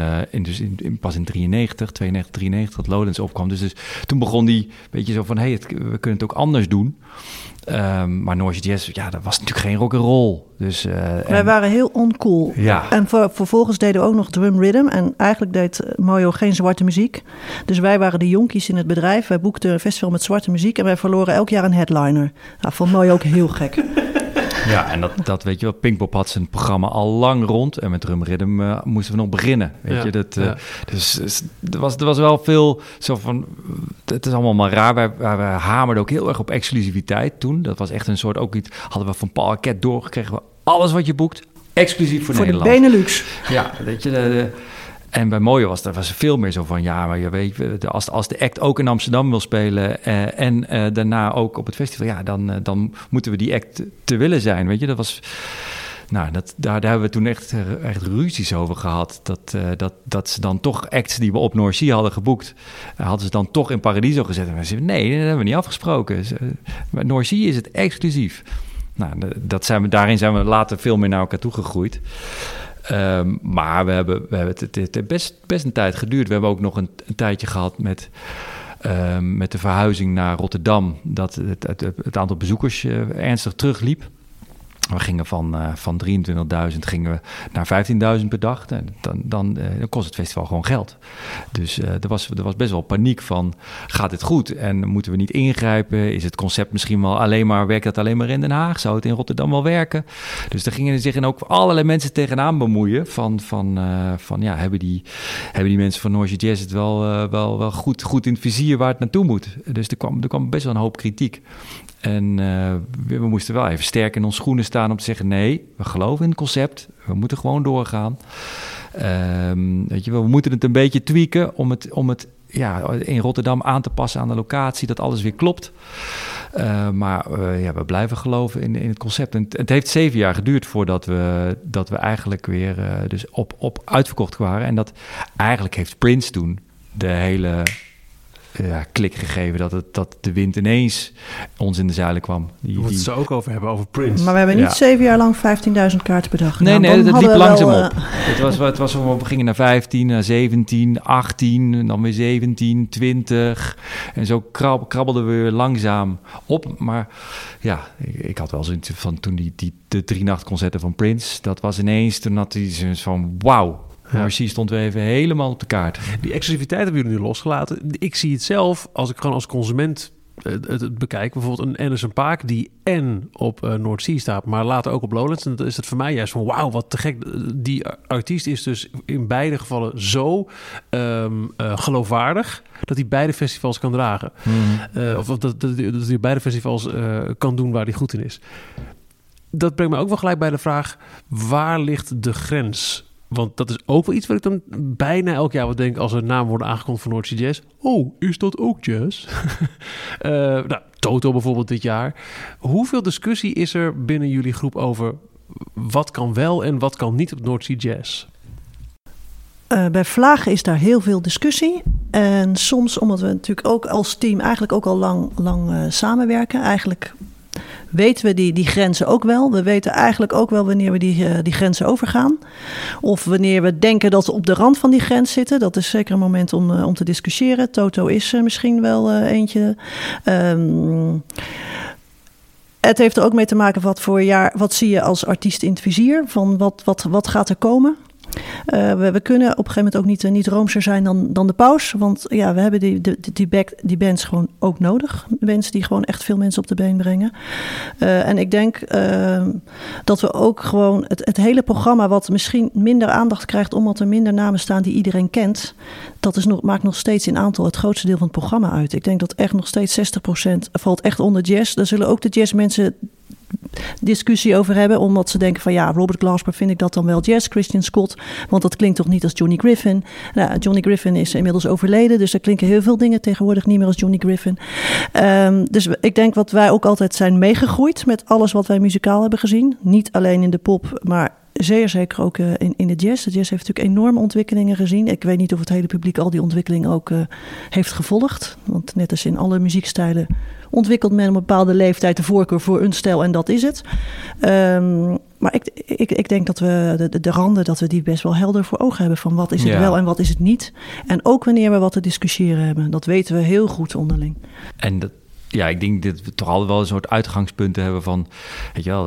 pas in 92, 93 dat Lowlands opkwam. Dus toen begon die beetje zo van, we kunnen het ook anders doen. Maar Noisy Jazz, dat was natuurlijk geen rock'n'roll. Dus, wij waren heel oncool. Ja. En vervolgens deden we ook nog drum rhythm. En eigenlijk deed Mojo geen zwarte muziek. Dus wij waren de jonkies in het bedrijf. Wij boekten een festival met zwarte muziek. En wij verloren elk jaar een headliner. Nou, vond Mojo ook heel gek. Ja, en dat weet je wel. Pinkpop had zijn programma al lang rond. En met drum rhythm moesten we nog beginnen. Weet je, Dus er was wel veel zo van... Het is allemaal maar raar. We hamerden ook heel erg op exclusiviteit toen. Dat was echt een soort ook iets... Hadden we van Paul Arquette doorgekregen. Alles wat je boekt, exclusief voor Nederland. Voor de Benelux. Ja, weet je... En bij Mojo was veel meer zo van... maar je weet, als de act ook in Amsterdam wil spelen... en daarna ook op het festival... dan moeten we die act te willen zijn, weet je. Dat was... Nou, daar hebben we toen echt ruzies over gehad. Dat ze dan toch acts die we op North Sea hadden geboekt... hadden ze dan toch in Paradiso gezet. En we zeiden, nee, dat hebben we niet afgesproken. Bij North Sea is het exclusief. Nou, daarin zijn we later veel meer naar elkaar toegegroeid. Maar we hebben het best een tijd geduurd. We hebben ook nog een tijdje gehad met de verhuizing naar Rotterdam... dat het aantal bezoekers ernstig terugliep. We gingen van 23.000 gingen we naar 15.000 per dag. Dan kost het festival gewoon geld. Dus er was best wel paniek van... gaat dit goed en moeten we niet ingrijpen? Is het concept misschien wel werkt dat alleen maar in Den Haag? Zou het in Rotterdam wel werken? Dus daar gingen zich ook allerlei mensen tegenaan bemoeien. Hebben die mensen van Noisy Jazz het wel goed in het vizier waar het naartoe moet? Dus er kwam best wel een hoop kritiek. En we moesten wel even sterk in onze schoenen staan om te zeggen... nee, we geloven in het concept, we moeten gewoon doorgaan. Weet je, we moeten het een beetje tweaken om het in Rotterdam aan te passen aan de locatie... dat alles weer klopt. Maar we blijven geloven in het concept. En het heeft 7 jaar geduurd voordat we eigenlijk weer dus op uitverkocht waren. En dat eigenlijk heeft Prince toen de hele... klik gegeven dat de wind ineens ons in de zeilen kwam. We moeten het ook over hebben, over Prince. Maar we hebben niet 7 jaar lang 15.000 kaarten per dag gedaan. Nee, dat liep langzaam op. Het was we gingen naar 15, naar 17, 18, en dan weer 17, 20. En zo krabbelden we weer langzaam op. Maar ik had wel zoiets van toen de 3-nachtconcerten van Prince, dat was ineens, toen had hij zoiets van wauw. Marcy stond weer even helemaal op de kaart. Die exclusiviteit hebben jullie nu losgelaten. Ik zie het zelf, als ik gewoon als consument het bekijk. Bijvoorbeeld een Anderson .Paak die en op North Sea staat, maar later ook op Lowlands. En dan is het voor mij juist van wauw, wat te gek. Die artiest is dus in beide gevallen zo geloofwaardig dat hij beide festivals kan dragen. Of dat hij beide festivals kan doen waar hij goed in is. Dat brengt me ook wel gelijk bij de vraag, waar ligt de grens? Want dat is ook wel iets wat ik dan bijna elk jaar wat denk als er namen worden aangekondigd van Noisy Jazz. Oh, is dat ook jazz? Toto bijvoorbeeld dit jaar. Hoeveel discussie is er binnen jullie groep over wat kan wel en wat kan niet op Noisy Jazz? Bij Vlagen is daar heel veel discussie. En soms, omdat we natuurlijk ook als team eigenlijk ook al lang samenwerken, eigenlijk weten we die grenzen ook wel. We weten eigenlijk ook wel wanneer we die grenzen overgaan. Of wanneer we denken dat we op de rand van die grens zitten. Dat is zeker een moment om te discussiëren. Toto is misschien wel eentje. Het heeft er ook mee te maken wat zie je als artiest in het vizier? Van wat gaat er komen? We kunnen op een gegeven moment ook niet roomser zijn dan de paus. Want we hebben die bands gewoon ook nodig. Bands die gewoon echt veel mensen op de been brengen. En ik denk dat we ook gewoon het hele programma wat misschien minder aandacht krijgt omdat er minder namen staan die iedereen kent. Maakt nog steeds in aantal het grootste deel van het programma uit. Ik denk dat echt nog steeds 60% valt echt onder jazz. Daar zullen ook de jazzmensen discussie over hebben, omdat ze denken van Robert Glasper vind ik dat dan wel jazz, Christian Scott, want dat klinkt toch niet als Johnny Griffin. Nou, Johnny Griffin is inmiddels overleden, dus er klinken heel veel dingen tegenwoordig niet meer als Johnny Griffin. Dus ik denk wat wij ook altijd zijn meegegroeid met alles wat wij muzikaal hebben gezien. Niet alleen in de pop, maar zeer zeker ook in de jazz. De jazz heeft natuurlijk enorme ontwikkelingen gezien. Ik weet niet of het hele publiek al die ontwikkelingen ook heeft gevolgd. Want net als in alle muziekstijlen ontwikkelt men op een bepaalde leeftijd de voorkeur voor een stijl en dat is het. Maar ik denk dat we de randen, dat we die best wel helder voor ogen hebben. Van wat is het wel en wat is het niet. En ook wanneer we wat te discussiëren hebben. Dat weten we heel goed onderling. En ik denk dat we toch altijd wel een soort uitgangspunten hebben van, weet je wel,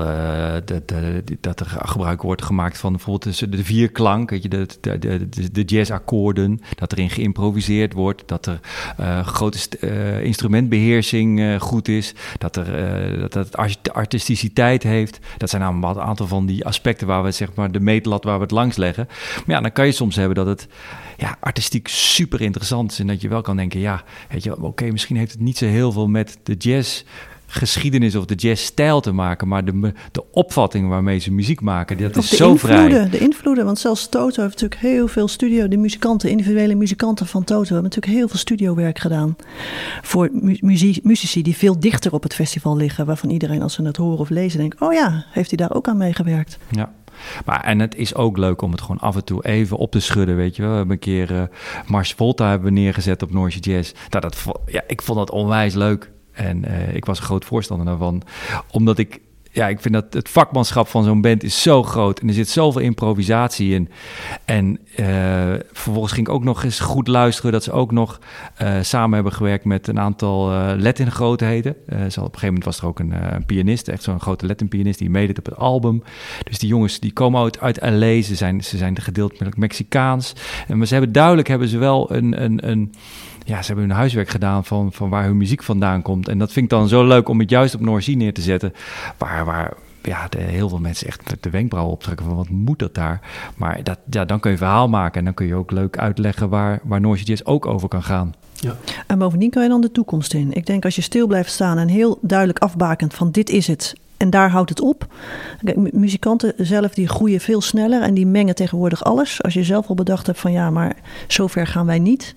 dat er gebruik wordt gemaakt van bijvoorbeeld de vierklank, weet je, de jazzakkoorden, dat erin geïmproviseerd wordt, dat er grote instrumentbeheersing goed is, dat het artisticiteit heeft. Dat zijn allemaal een aantal van die aspecten waar we, zeg maar, de meetlat waar we het langs leggen. Maar ja, dan kan je soms hebben dat het artistiek super interessant is en dat je wel kan denken, weet je, oké, misschien heeft het niet zo heel veel met de jazzgeschiedenis of de jazzstijl te maken, maar de opvatting waarmee ze muziek maken, dat is zo vrij. De invloeden, want zelfs Toto heeft natuurlijk heel veel individuele muzikanten van Toto hebben natuurlijk heel veel studiowerk gedaan voor muzici die veel dichter op het festival liggen, waarvan iedereen als ze het horen of lezen denkt, oh ja, heeft hij daar ook aan meegewerkt? Ja. En het is ook leuk om het gewoon af en toe even op te schudden, weet je wel. We hebben een keer Mars Volta hebben we neergezet op Noordzee Jazz. Ik vond dat onwijs leuk. En ik was een groot voorstander daarvan. Omdat ik vind dat het vakmanschap van zo'n band is zo groot. En er zit zoveel improvisatie in. En vervolgens ging ik ook nog eens goed luisteren dat ze ook nog samen hebben gewerkt met een aantal Latin-grootheden. Op een gegeven moment was er ook een pianist, echt zo'n grote Latin-pianist die meedeed op het album. Dus die jongens die komen uit LA, ze zijn gedeeltelijk Mexicaans. Maar ze hebben wel ze hebben hun huiswerk gedaan van waar hun muziek vandaan komt. En dat vind ik dan zo leuk om het juist op Noordzee neer te zetten. Waar heel veel mensen echt de wenkbrauwen optrekken van wat moet dat daar. Maar dan kun je verhaal maken en dan kun je ook leuk uitleggen waar Noordzee Jazz ook over kan gaan. Ja. En bovendien kan je dan de toekomst in. Ik denk als je stil blijft staan en heel duidelijk afbakent van dit is het. En daar houdt het op. Kijk, muzikanten zelf die groeien veel sneller en die mengen tegenwoordig alles. Als je zelf al bedacht hebt van maar zover gaan wij niet.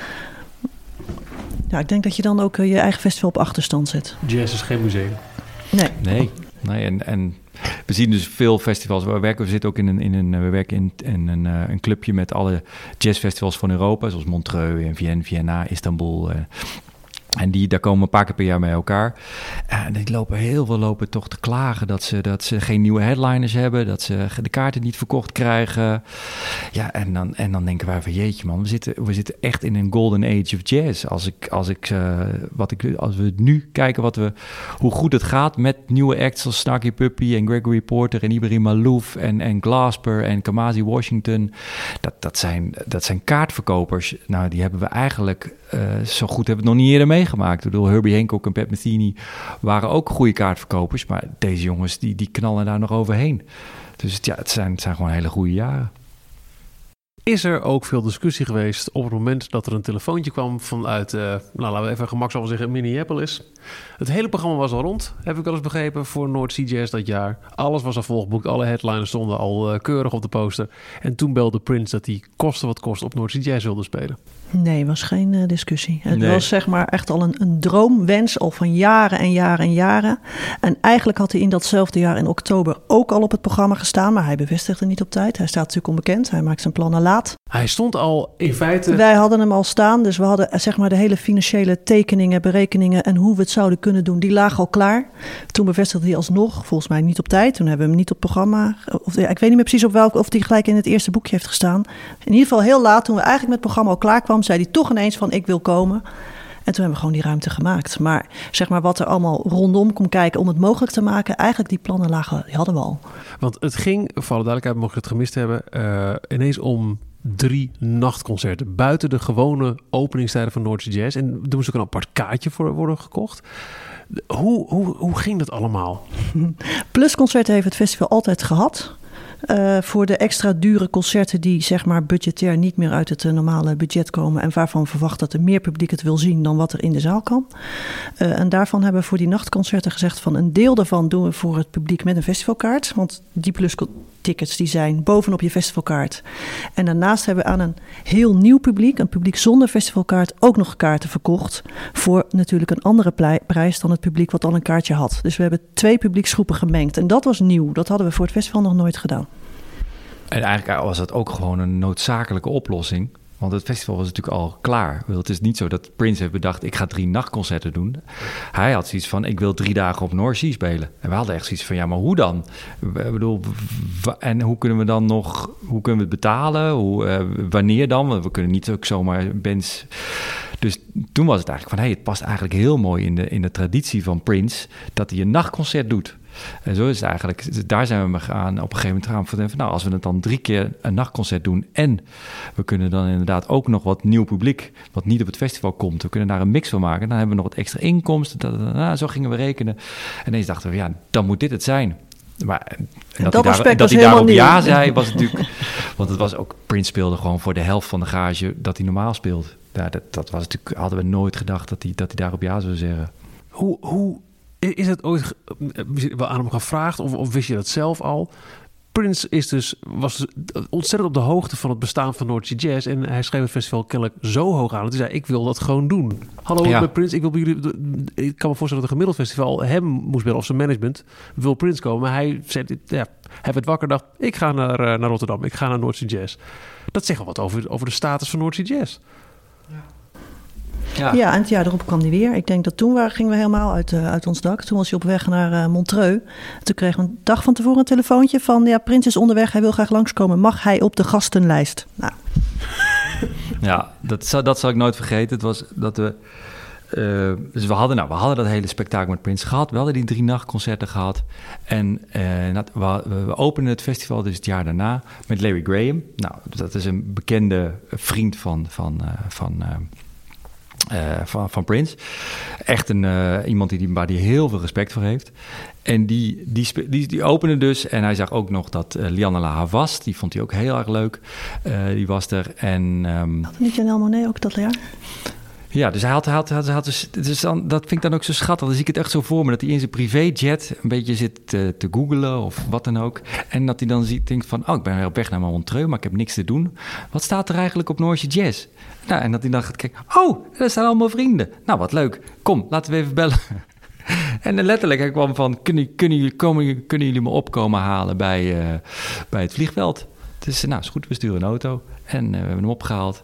Ja, ik denk dat je dan ook je eigen festival op achterstand zet. Jazz is geen museum. Nee. En we zien dus veel festivals. We zitten ook we werken in een clubje met alle jazzfestivals van Europa, zoals Montreux en Vienna, Istanbul. En daar komen een paar keer per jaar bij elkaar. En heel veel lopen toch te klagen dat ze geen nieuwe headliners hebben, dat ze de kaarten niet verkocht krijgen. Ja, en dan denken wij van jeetje man, we zitten echt in een golden age of jazz. Als we nu kijken hoe goed het gaat met nieuwe acts als Snarky Puppy en Gregory Porter en Ibrahim Malouf en Glasper en Kamasi Washington. Dat zijn kaartverkopers. Nou, die hebben we eigenlijk zo goed hebben we het nog niet eerder meegemaakt. Ik bedoel, Herbie Hancock en Pat Metheny waren ook goede kaartverkopers, maar deze jongens die knallen daar nog overheen. Dus het zijn gewoon hele goede jaren. Is er ook veel discussie geweest op het moment dat er een telefoontje kwam vanuit, laten we even gemakshalve zeggen, Minneapolis. Het hele programma was al rond, heb ik wel eens begrepen, voor Noordzee Jazz dat jaar. Alles was al volgeboekt, alle headliners stonden al keurig op de poster. En toen belde Prince dat hij koste wat kost op Noordzee Jazz wilde spelen. Nee, was geen discussie. Het was zeg maar echt al een droomwens al van jaren en jaren en jaren. En eigenlijk had hij in datzelfde jaar in oktober ook al op het programma gestaan, maar hij bevestigde niet op tijd. Hij staat natuurlijk onbekend, hij maakt zijn plannen laat. Hij stond al in feite... Wij hadden hem al staan, dus we hadden zeg maar de hele financiële tekeningen, berekeningen en hoe we het zouden kunnen doen, die lagen al klaar. Toen bevestigde hij alsnog, volgens mij niet op tijd. Toen hebben we hem niet op het programma, ik weet niet meer precies op welke, of die gelijk in het eerste boekje heeft gestaan. In ieder geval heel laat, toen we eigenlijk met het programma al klaar kwamen, zei hij toch ineens van ik wil komen. En toen hebben we gewoon die ruimte gemaakt. Maar zeg maar wat er allemaal rondom komt kijken om het mogelijk te maken, eigenlijk die plannen lagen, die hadden we al. Want het ging, voor alle duidelijkheid, mocht je het gemist hebben, ineens om 3 nachtconcerten. Buiten de gewone openingstijden van Noordzee Jazz. En er moest ook een apart kaartje voor worden gekocht. Hoe ging dat allemaal? Plusconcerten heeft het festival altijd gehad. Voor de extra dure concerten die zeg maar budgetair niet meer uit het normale budget komen en waarvan we verwachten dat er meer publiek het wil zien dan wat er in de zaal kan. En daarvan hebben we voor die nachtconcerten gezegd van een deel daarvan doen we voor het publiek met een festivalkaart. Want die plustickets die zijn bovenop je festivalkaart. En daarnaast hebben we aan een heel nieuw publiek, een publiek zonder festivalkaart, ook nog kaarten verkocht voor natuurlijk een andere prijs dan het publiek wat al een kaartje had. Dus we hebben 2 publieksgroepen gemengd en dat was nieuw. Dat hadden we voor het festival nog nooit gedaan. En eigenlijk was dat ook gewoon een noodzakelijke oplossing. Want het festival was natuurlijk al klaar. Het is niet zo dat Prince heeft bedacht, ik ga 3 nachtconcerten doen. Hij had zoiets van, ik wil 3 dagen op North Sea spelen. En we hadden echt zoiets van, ja, maar hoe dan? Ik bedoel, en hoe kunnen we het betalen? Wanneer dan? Want we kunnen niet ook zomaar bands... Dus toen was het eigenlijk van, het past eigenlijk heel mooi in de traditie van Prince, dat hij een nachtconcert doet. En zo is het eigenlijk, daar zijn we gaan op een gegeven moment van, nou, als we het dan 3 keer een nachtconcert doen en we kunnen dan inderdaad ook nog wat nieuw publiek, wat niet op het festival komt, we kunnen daar een mix van maken, dan hebben we nog wat extra inkomsten, zo gingen we rekenen. En ineens dachten we, dan moet dit het zijn. Maar dat hij daarop ja zei, was natuurlijk, want het was ook, Prince speelde gewoon voor de helft van de gage dat hij normaal speelt. Ja, dat was natuurlijk, hadden we nooit gedacht dat hij daarop ja zou zeggen. Hoe is het ooit wel aan hem gevraagd of wist je dat zelf al? Prince was ontzettend op de hoogte van het bestaan van North Sea Jazz en hij schreef het festival kennelijk zo hoog aan dat hij zei, ik wil dat gewoon doen. Hallo, met Prince, ik wil bij jullie... Ik kan me voorstellen dat een gemiddeld festival hem moest bellen of zijn management wil Prince komen. Maar hij zei, hij werd wakker dacht, ik ga naar Rotterdam, ik ga naar North Sea Jazz. Dat zegt wel wat over de status van North Sea Jazz. Ja, en het jaar erop kwam hij weer. Ik denk dat toen gingen we helemaal uit ons dak. Toen was hij op weg naar Montreux. Toen kregen we een dag van tevoren een telefoontje van... Prins is onderweg, hij wil graag langskomen. Mag hij op de gastenlijst? Nou. Ja, dat zal ik nooit vergeten. Het was dat we... dus we hadden dat hele spektakel met Prince gehad. We hadden die 3 nachtconcerten gehad. En we openden het festival dus het jaar daarna met Larry Graham. Nou, dat is een bekende vriend van Prince. Echt iemand waar hij heel veel respect voor heeft. En die opende dus. En hij zag ook nog dat Lianne La Havas, die vond hij ook heel erg leuk. Die was er. En had niet Janelle Monáe ook dat jaar? Ja, dus hij had dus dat vind ik dan ook zo schattig. Dan zie ik het echt zo voor me, dat hij in zijn privéjet een beetje zit te googlen of wat dan ook. En dat hij dan denkt van, ik ben weer op weg naar Montreux, maar ik heb niks te doen. Wat staat er eigenlijk op North Sea Jazz? Nou, en dat hij dan gaat kijken, daar staan allemaal vrienden. Nou, wat leuk. Kom, laten we even bellen. En letterlijk, hij kwam van, kunnen jullie me opkomen halen bij het vliegveld? Dus is goed, we sturen een auto. En we hebben hem opgehaald.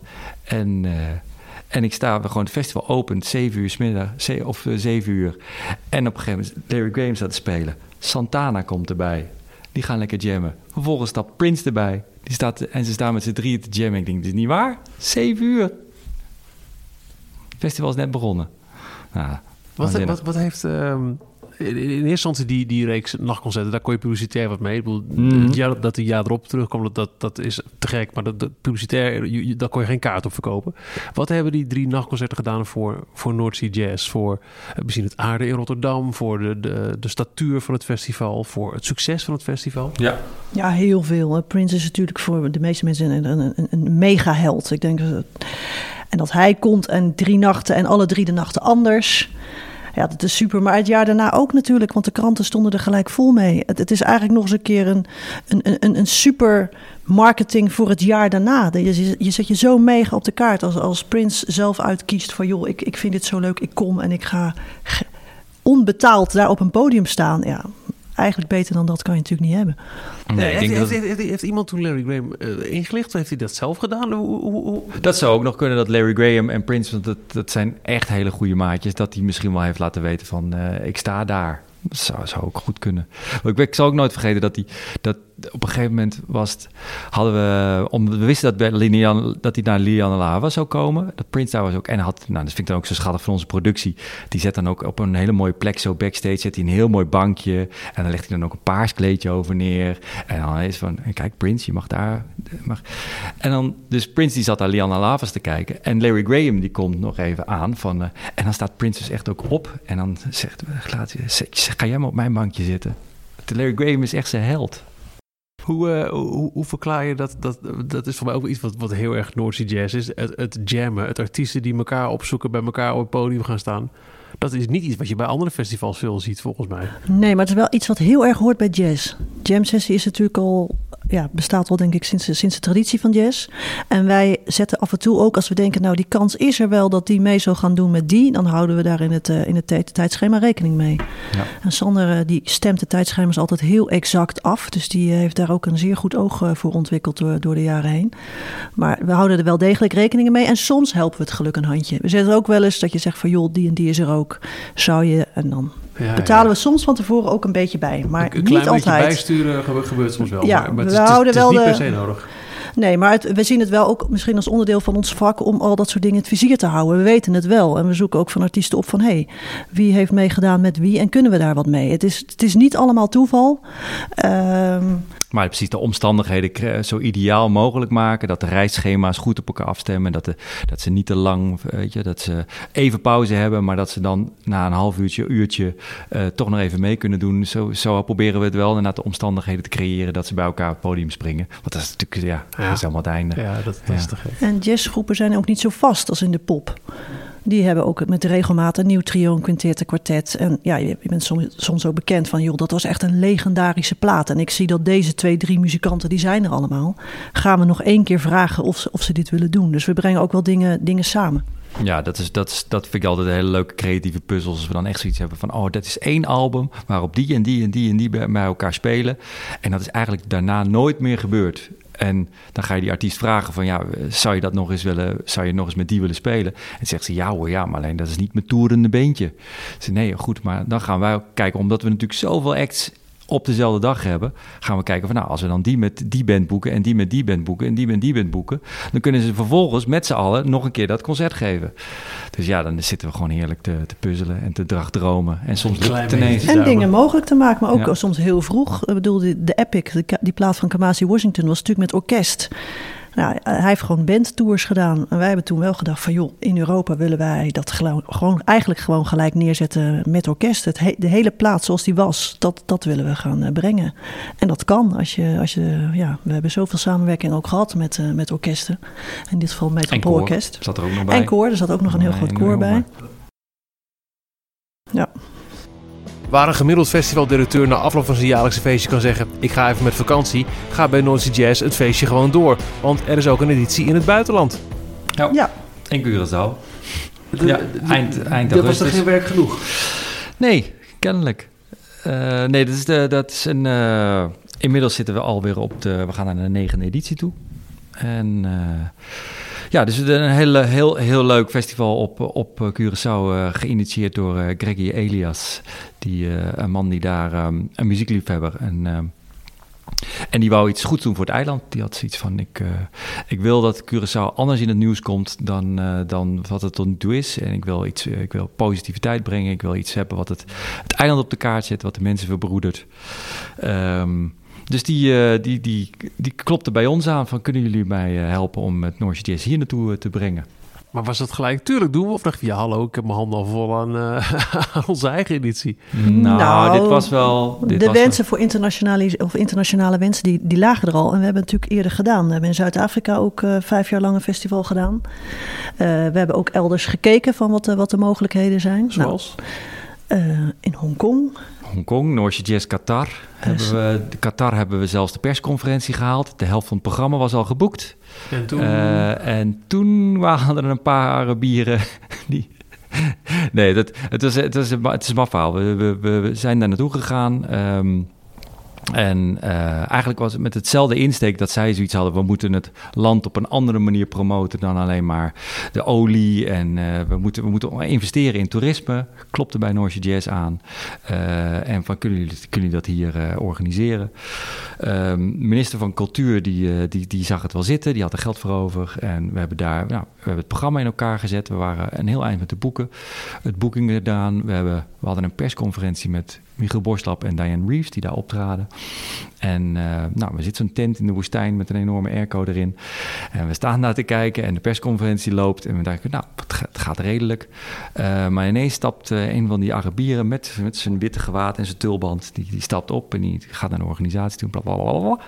En ik sta, gewoon het festival opent, 7 uur 's middag, of 7 uur. En op een gegeven moment, Larry Graham staat te spelen. Santana komt erbij. Die gaan lekker jammen. Vervolgens staat Prince erbij. En ze staan met z'n 3 te jammen. Ik denk, dit is niet waar. 7 uur. Het festival is net begonnen. Nou, wat heeft... in eerste instantie die reeks nachtconcerten, daar kon je publicitair wat mee. Ik bedoel, dat die jaar erop terugkwam, dat is te gek. Maar dat publicitair, daar kon je geen kaart op verkopen. Wat hebben die 3 nachtconcerten gedaan voor North Sea Jazz? Voor misschien het aarde in Rotterdam, voor de statuur van het festival, voor het succes van het festival? Ja, heel veel. Prince is natuurlijk voor de meeste mensen een mega-held. Ik denk en dat hij komt en 3 nachten en alle 3 de nachten anders. Ja, dat is super. Maar het jaar daarna ook natuurlijk, want de kranten stonden er gelijk vol mee. Het is eigenlijk nog eens een keer een super marketing voor het jaar daarna. Je zet je zo mega op de kaart als Prince zelf uitkiest van, joh, ik vind dit zo leuk, ik kom en ik ga onbetaald daar op een podium staan. Ja, eigenlijk beter dan dat kan je natuurlijk niet hebben. Heeft iemand toen Larry Graham ingelicht? Heeft hij dat zelf gedaan? Dat zou ook nog kunnen, dat Larry Graham en Prince, want dat zijn echt hele goede maatjes, dat hij misschien wel heeft laten weten van, ik sta daar. Dat zou ook goed kunnen. Ik zal ook nooit vergeten dat op een gegeven moment we wisten dat hij naar Lianne La Havas zou komen. Dat Prince daar was ook. En dat vind ik dan ook zo schattig van onze productie. Die zet dan ook op een hele mooie plek zo backstage, zet hij een heel mooi bankje. En dan legt hij dan ook een paars kleedje over neer. En dan is van, kijk Prince, je mag daar. En dan, dus Prince die zat naar Lianne La Havas te kijken. En Larry Graham die komt nog even aan van. En dan staat Prince dus echt ook op. En dan zegt, ga jij maar op mijn bankje zitten. Larry Graham is echt zijn held. Hoe verklaar je dat? Dat is voor mij ook iets wat heel erg North Sea Jazz is. Het jammen, het artiesten die elkaar opzoeken, bij elkaar op het podium gaan staan. Dat is niet iets wat je bij andere festivals veel ziet, volgens mij. Nee, maar het is wel iets wat heel erg hoort bij jazz. Jam sessie is natuurlijk al bestaat al denk ik sinds de traditie van jazz. En wij zetten af en toe ook, als we denken, nou die kans is er wel dat die mee zou gaan doen met die, dan houden we daar in het tijdschema rekening mee. Ja. En Sander die stemt de tijdschema's altijd heel exact af. Dus die heeft daar ook een zeer goed oog voor ontwikkeld door de jaren heen. Maar we houden er wel degelijk rekening mee. En soms helpen we het geluk een handje. We zetten ook wel eens dat je zegt van joh, die en die is er ook. Zou je, en dan betalen we soms van tevoren ook een beetje bij. Maar een niet altijd. Een bijsturen gebeurt soms wel. Ja, maar het is niet per se nodig. Nee, maar we zien het wel ook misschien als onderdeel van ons vak om al dat soort dingen in het vizier te houden. We weten het wel en we zoeken ook van artiesten op van wie heeft meegedaan met wie en kunnen we daar wat mee? Het is niet allemaal toeval. Maar precies de omstandigheden zo ideaal mogelijk maken. Dat de reisschema's goed op elkaar afstemmen. Dat ze niet te lang, dat ze even pauze hebben. Maar dat ze dan na een half uurtje toch nog even mee kunnen doen. Zo proberen we het wel. En de omstandigheden te creëren dat ze bij elkaar op het podium springen. Want dat is natuurlijk, dat is helemaal het einde. Ja, dat is te gek. En jazzgroepen zijn ook niet zo vast als in de pop. Die hebben ook met regelmaat een nieuw trio, een quintet, een kwartet. En je bent soms ook bekend van, joh, dat was echt een legendarische plaat. En ik zie dat deze 2-3 muzikanten, die zijn er allemaal. Gaan we nog 1 keer vragen of ze dit willen doen. Dus we brengen ook wel dingen samen. Ja, dat vind ik altijd een hele leuke creatieve puzzel. Als we dan echt zoiets hebben van, dat is 1 album waarop die en die en die en die bij elkaar spelen. En dat is eigenlijk daarna nooit meer gebeurd. En dan ga je die artiest vragen van, zou je dat nog eens willen, zou je nog eens met die willen spelen? En zegt ze, ja hoor, maar alleen dat is niet mijn toerende beentje. Ze nee, goed, maar dan gaan wij ook kijken, omdat we natuurlijk zoveel acts op dezelfde dag hebben, gaan we kijken van, als we dan die met die band boeken en die met die band boeken en die met die band boeken, dan kunnen ze vervolgens met z'n allen nog een keer dat concert geven. Dus dan zitten we gewoon heerlijk te puzzelen en te dromen. En soms lukt het ineens. En dingen mogelijk te maken, maar ook soms heel vroeg. Ik bedoel, de Epic, die plaat van Kamasi Washington was natuurlijk met orkest. Nou, hij heeft gewoon bandtours gedaan. En wij hebben toen wel gedacht van, joh, in Europa willen wij dat gewoon gelijk neerzetten met orkest. De hele plaat zoals die was, dat willen we gaan brengen. En dat kan we hebben zoveel samenwerking ook gehad met orkesten. In dit geval met het orkest. Zat er ook nog bij. En koor, er zat ook nog een heel groot koor bij. Ja. Waar een gemiddeld festivaldirecteur na afloop van zijn jaarlijkse feestje kan zeggen, ik ga even met vakantie, gaat bij Noordzee Jazz het feestje gewoon door. Want er is ook een editie in het buitenland. Ja. In Curaçao. Eind augustus. Dat was toch geen werk genoeg? Nee, kennelijk. Dat is een... inmiddels zitten we alweer we gaan naar de 9e editie toe. En... dus een heel leuk festival op Curaçao, geïnitieerd door Greggy Elias. Een man die daar een muziekliefhebber. En die wou iets goeds doen voor het eiland. Die had zoiets van, ik wil dat Curaçao anders in het nieuws komt dan wat het tot nu toe is. En ik wil positiviteit brengen. Ik wil iets hebben wat het eiland op de kaart zet, wat de mensen verbroedert. Dus die klopte bij ons aan van, kunnen jullie mij helpen om het Noordzee Jazz hier naartoe te brengen? Maar was dat gelijk? Tuurlijk doen we. Of dacht je, hallo, ik heb mijn handen al vol aan onze eigen editie. Nou, dit was wel... wensen voor internationale wensen, die lagen er al. En we hebben het natuurlijk eerder gedaan. We hebben in Zuid-Afrika ook 5 jaar lang een festival gedaan. We hebben ook elders gekeken van wat de mogelijkheden zijn. Zoals? In Hongkong. Noordzee Jazz Qatar. Qatar hebben we zelfs de persconferentie gehaald. De helft van het programma was al geboekt. En toen waren er een paar Arabieren die... Nee, het is een maf verhaal. We zijn daar naartoe gegaan. En eigenlijk was het met hetzelfde insteek dat zij zoiets hadden. We moeten het land op een andere manier promoten dan alleen maar de olie. En we moeten investeren in toerisme. Klopte bij Noordzee Jazz aan. En van, kunnen jullie dat hier organiseren? Minister van Cultuur die zag het wel zitten. Die had er geld voor over. En we hebben het programma in elkaar gezet. We waren een heel eind met de boeken. Het boeking gedaan. We hadden een persconferentie met Michiel Borslap en Diane Reeves die daar optraden. En we zitten zo'n tent in de woestijn met een enorme airco erin. En we staan daar te kijken en de persconferentie loopt. En we denken, het gaat redelijk. Maar ineens stapt een van die Arabieren met zijn witte gewaad en zijn tulband. Die stapt op en die gaat naar de organisatie toe. Blablabla.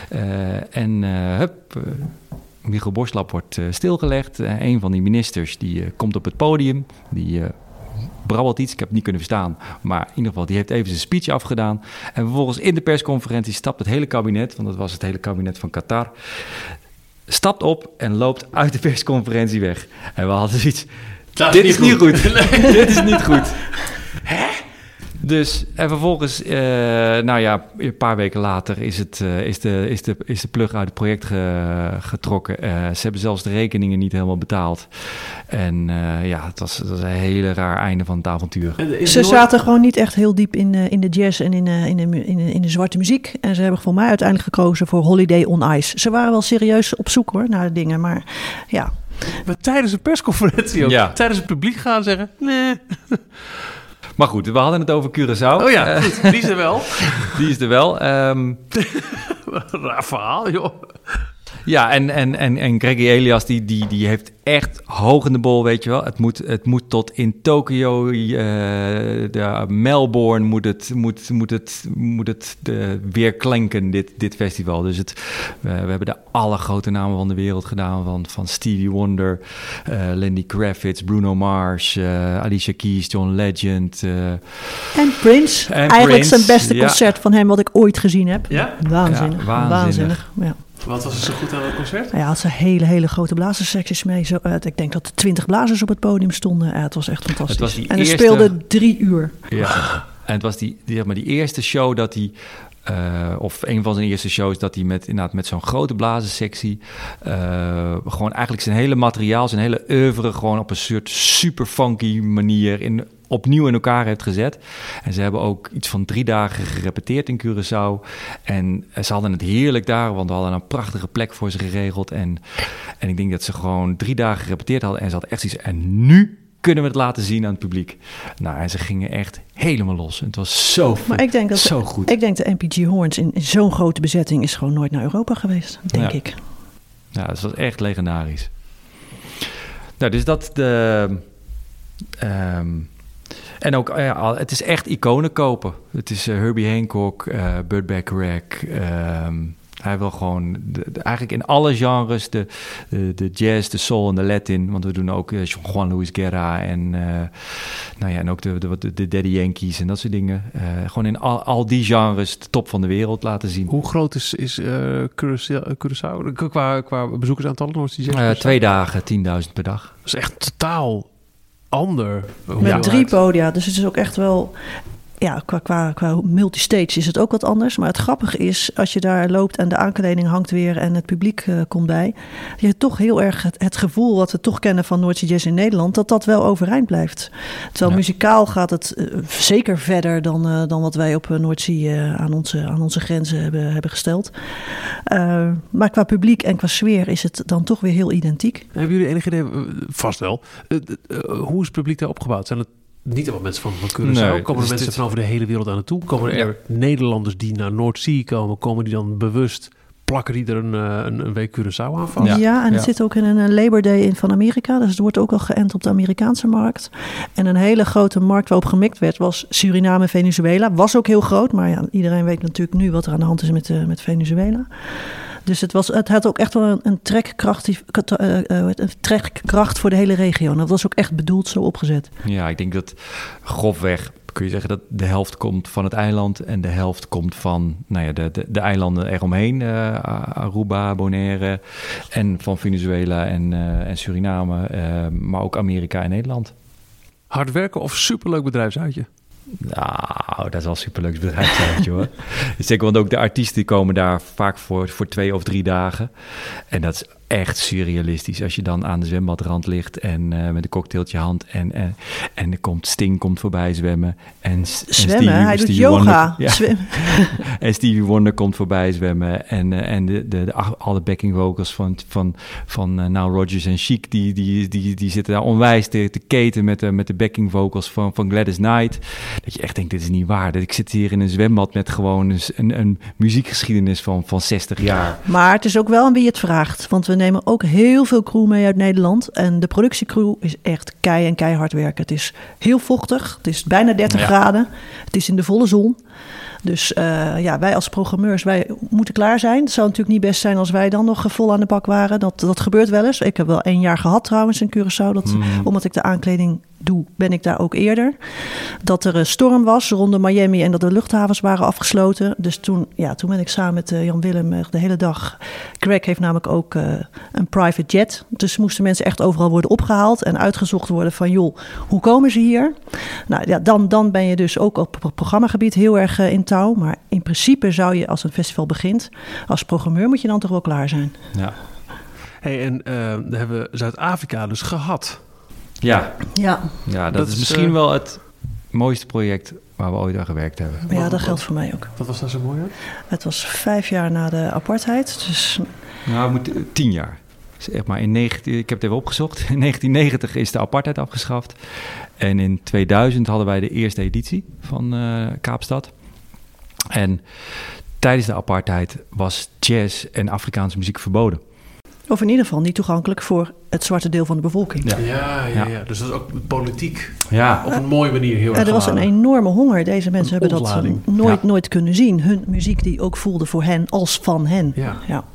Michiel Borslap wordt stilgelegd. Een van die ministers die komt op het podium. Die brabbelt iets, ik heb het niet kunnen verstaan. Maar in ieder geval, die heeft even zijn speech afgedaan. En vervolgens in de persconferentie stapt het hele kabinet, want dat was het hele kabinet van Qatar, stapt op en loopt uit de persconferentie weg. En we hadden zoiets, dit is niet goed. Nee, dit is niet goed. Hè? Dus, en vervolgens, een paar weken later is de plug uit het project getrokken. Ze hebben zelfs de rekeningen niet helemaal betaald. En het was een hele raar einde van het avontuur. Ze zaten gewoon niet echt heel diep in de jazz en in de zwarte muziek. En ze hebben voor mij uiteindelijk gekozen voor Holiday on Ice. Ze waren wel serieus op zoek hoor, naar de dingen, maar ja. Maar tijdens een persconferentie ook, tijdens het publiek gaan zeggen, nee. Maar goed, we hadden het over Curaçao. Oh ja, goed, die is er wel. Die is er wel. Raar verhaal, joh. Ja, en Greggy Elias, die heeft echt hoog in de bol, weet je wel. Het moet tot in Tokio, Melbourne moet het weer klinken, dit festival. Dus we hebben de alle grote namen van de wereld gedaan, van Stevie Wonder, Lenny Kravitz, Bruno Mars, Alicia Keys, John Legend. En Prince. Eigenlijk zijn beste concert van hem wat ik ooit gezien heb. Ja? Waanzinnig. Ja. Wat was er zo goed aan het concert? Ja, had ze hele grote blazerssecties mee. Ik denk dat er 20 blazers op het podium stonden. Ja, het was echt fantastisch. En er speelde 3 uur. Ja, en het was die eerste show dat hij... of een van zijn eerste shows dat hij met zo'n grote blazerssectie gewoon eigenlijk zijn hele materiaal, zijn hele oeuvre gewoon op een soort super funky manier opnieuw in elkaar heeft gezet. En ze hebben ook iets van 3 dagen gerepeteerd in Curaçao. En ze hadden het heerlijk daar, want we hadden een prachtige plek voor ze geregeld. En ik denk dat ze gewoon 3 dagen gerepeteerd hadden. En ze hadden echt iets. En nu kunnen we het laten zien aan het publiek. Nou, en ze gingen echt helemaal los. En het was zo goed. Maar ik denk goed. Ik denk de NPG Horns in zo'n grote bezetting is gewoon nooit naar Europa geweest, denk ik. Ja, dat was echt legendarisch. Nou, dus dat en ook, het is echt iconen kopen. Het is Herbie Hancock, Burt Bacharach. Hij wil gewoon eigenlijk in alle genres, de jazz, de soul en de Latin. Want we doen ook Juan Luis Guerra en ook de Daddy Yankees en dat soort dingen. Gewoon in al die genres de top van de wereld laten zien. Hoe groot is Curaçao qua bezoekersaantallen? 2 dagen, 10.000 per dag. Dat is echt totaal ander. Met 3 podia, dus het is ook echt wel... Ja, qua multistage is het ook wat anders. Maar het grappige is, als je daar loopt en de aankleding hangt weer en het publiek komt bij, je hebt toch heel erg het gevoel wat we toch kennen van Noordzee Jazz in Nederland, dat wel overeind blijft. Terwijl muzikaal gaat het zeker verder dan wat wij op Noordzee aan onze grenzen hebben gesteld. Maar qua publiek en qua sfeer is het dan toch weer heel identiek. Hebben jullie enig idee, vast wel, hoe is het publiek daar opgebouwd? Zijn het niet allemaal mensen van Curaçao? Nee, komen er mensen van over de hele wereld aan naartoe? Komen er Nederlanders die naar Noordzee komen die dan bewust plakken die er een week Curaçao aan vast? Ja, en het zit ook in een Labor Day in van Amerika. Dus het wordt ook al geënt op de Amerikaanse markt. En een hele grote markt waarop gemikt werd was Suriname en Venezuela. Was ook heel groot, maar ja, iedereen weet natuurlijk nu wat er aan de hand is met Venezuela. Dus het had ook echt wel een trekkracht voor de hele regio. En dat was ook echt bedoeld zo opgezet. Ja, ik denk dat grofweg kun je zeggen dat de helft komt van het eiland en de helft komt van de eilanden eromheen. Aruba, Bonaire en van Venezuela en Suriname, maar ook Amerika en Nederland. Hard werken of superleuk bedrijfsuitje? Nou, dat is wel een superleuk bedrijfsuitje hoor. Zeker, want ook de artiesten komen daar vaak voor 2 of 3 dagen. En dat is echt surrealistisch. Als je dan aan de zwembadrand ligt en met een cocktailtje hand en er komt Sting voorbij zwemmen. Zwemmen? Hij doet yoga. En Stevie Wonder komt voorbij zwemmen. En alle backing vocals van Nile Rodgers en Chic, die zitten daar onwijs te keten met de backing vocals van Gladys Knight. Dat je echt denkt, dit is niet waar. Dat ik zit hier in een zwembad met gewoon een muziekgeschiedenis van 60 jaar. Maar het is ook wel aan wie je het vraagt. Want we nemen ook heel veel crew mee uit Nederland. En de productiecrew is echt keihard werken. Het is heel vochtig. Het is bijna 30 graden. Het is in de volle zon. Dus wij als programmeurs, wij moeten klaar zijn. Het zou natuurlijk niet best zijn als wij dan nog vol aan de bak waren. Dat gebeurt wel eens. Ik heb wel 1 jaar gehad trouwens in Curaçao. Omdat ik de aankleding doe, ben ik daar ook eerder. Dat er een storm was rondom Miami en dat de luchthavens waren afgesloten. Dus toen ben ik samen met Jan Willem de hele dag. Greg heeft namelijk ook een private jet. Dus moesten mensen echt overal worden opgehaald en uitgezocht worden van joh, hoe komen ze hier? Nou ja, dan ben je dus ook op het programmagebied heel erg in touw. Maar in principe zou je als een festival begint, als programmeur moet je dan toch wel klaar zijn. Ja. Hey, en daar hebben we Zuid-Afrika dus gehad. Ja, dat is misschien wel het mooiste project waar we ooit aan gewerkt hebben. Ja, dat geldt voor mij ook. Wat was nou zo mooi? Het was 5 jaar na de apartheid. Dus... Nou, 10 jaar. Zeg maar ik heb het even opgezocht. In 1990 is de apartheid afgeschaft. En in 2000 hadden wij de eerste editie van Kaapstad. En tijdens de apartheid was jazz en Afrikaanse muziek verboden. Of in ieder geval niet toegankelijk voor het zwarte deel van de bevolking. Ja. Dus dat is ook politiek op een mooie manier heel erg er was een enorme honger. Deze mensen hebben ontlading. dat nooit kunnen zien. Hun muziek die ook voelde voor hen als van hen. Ja.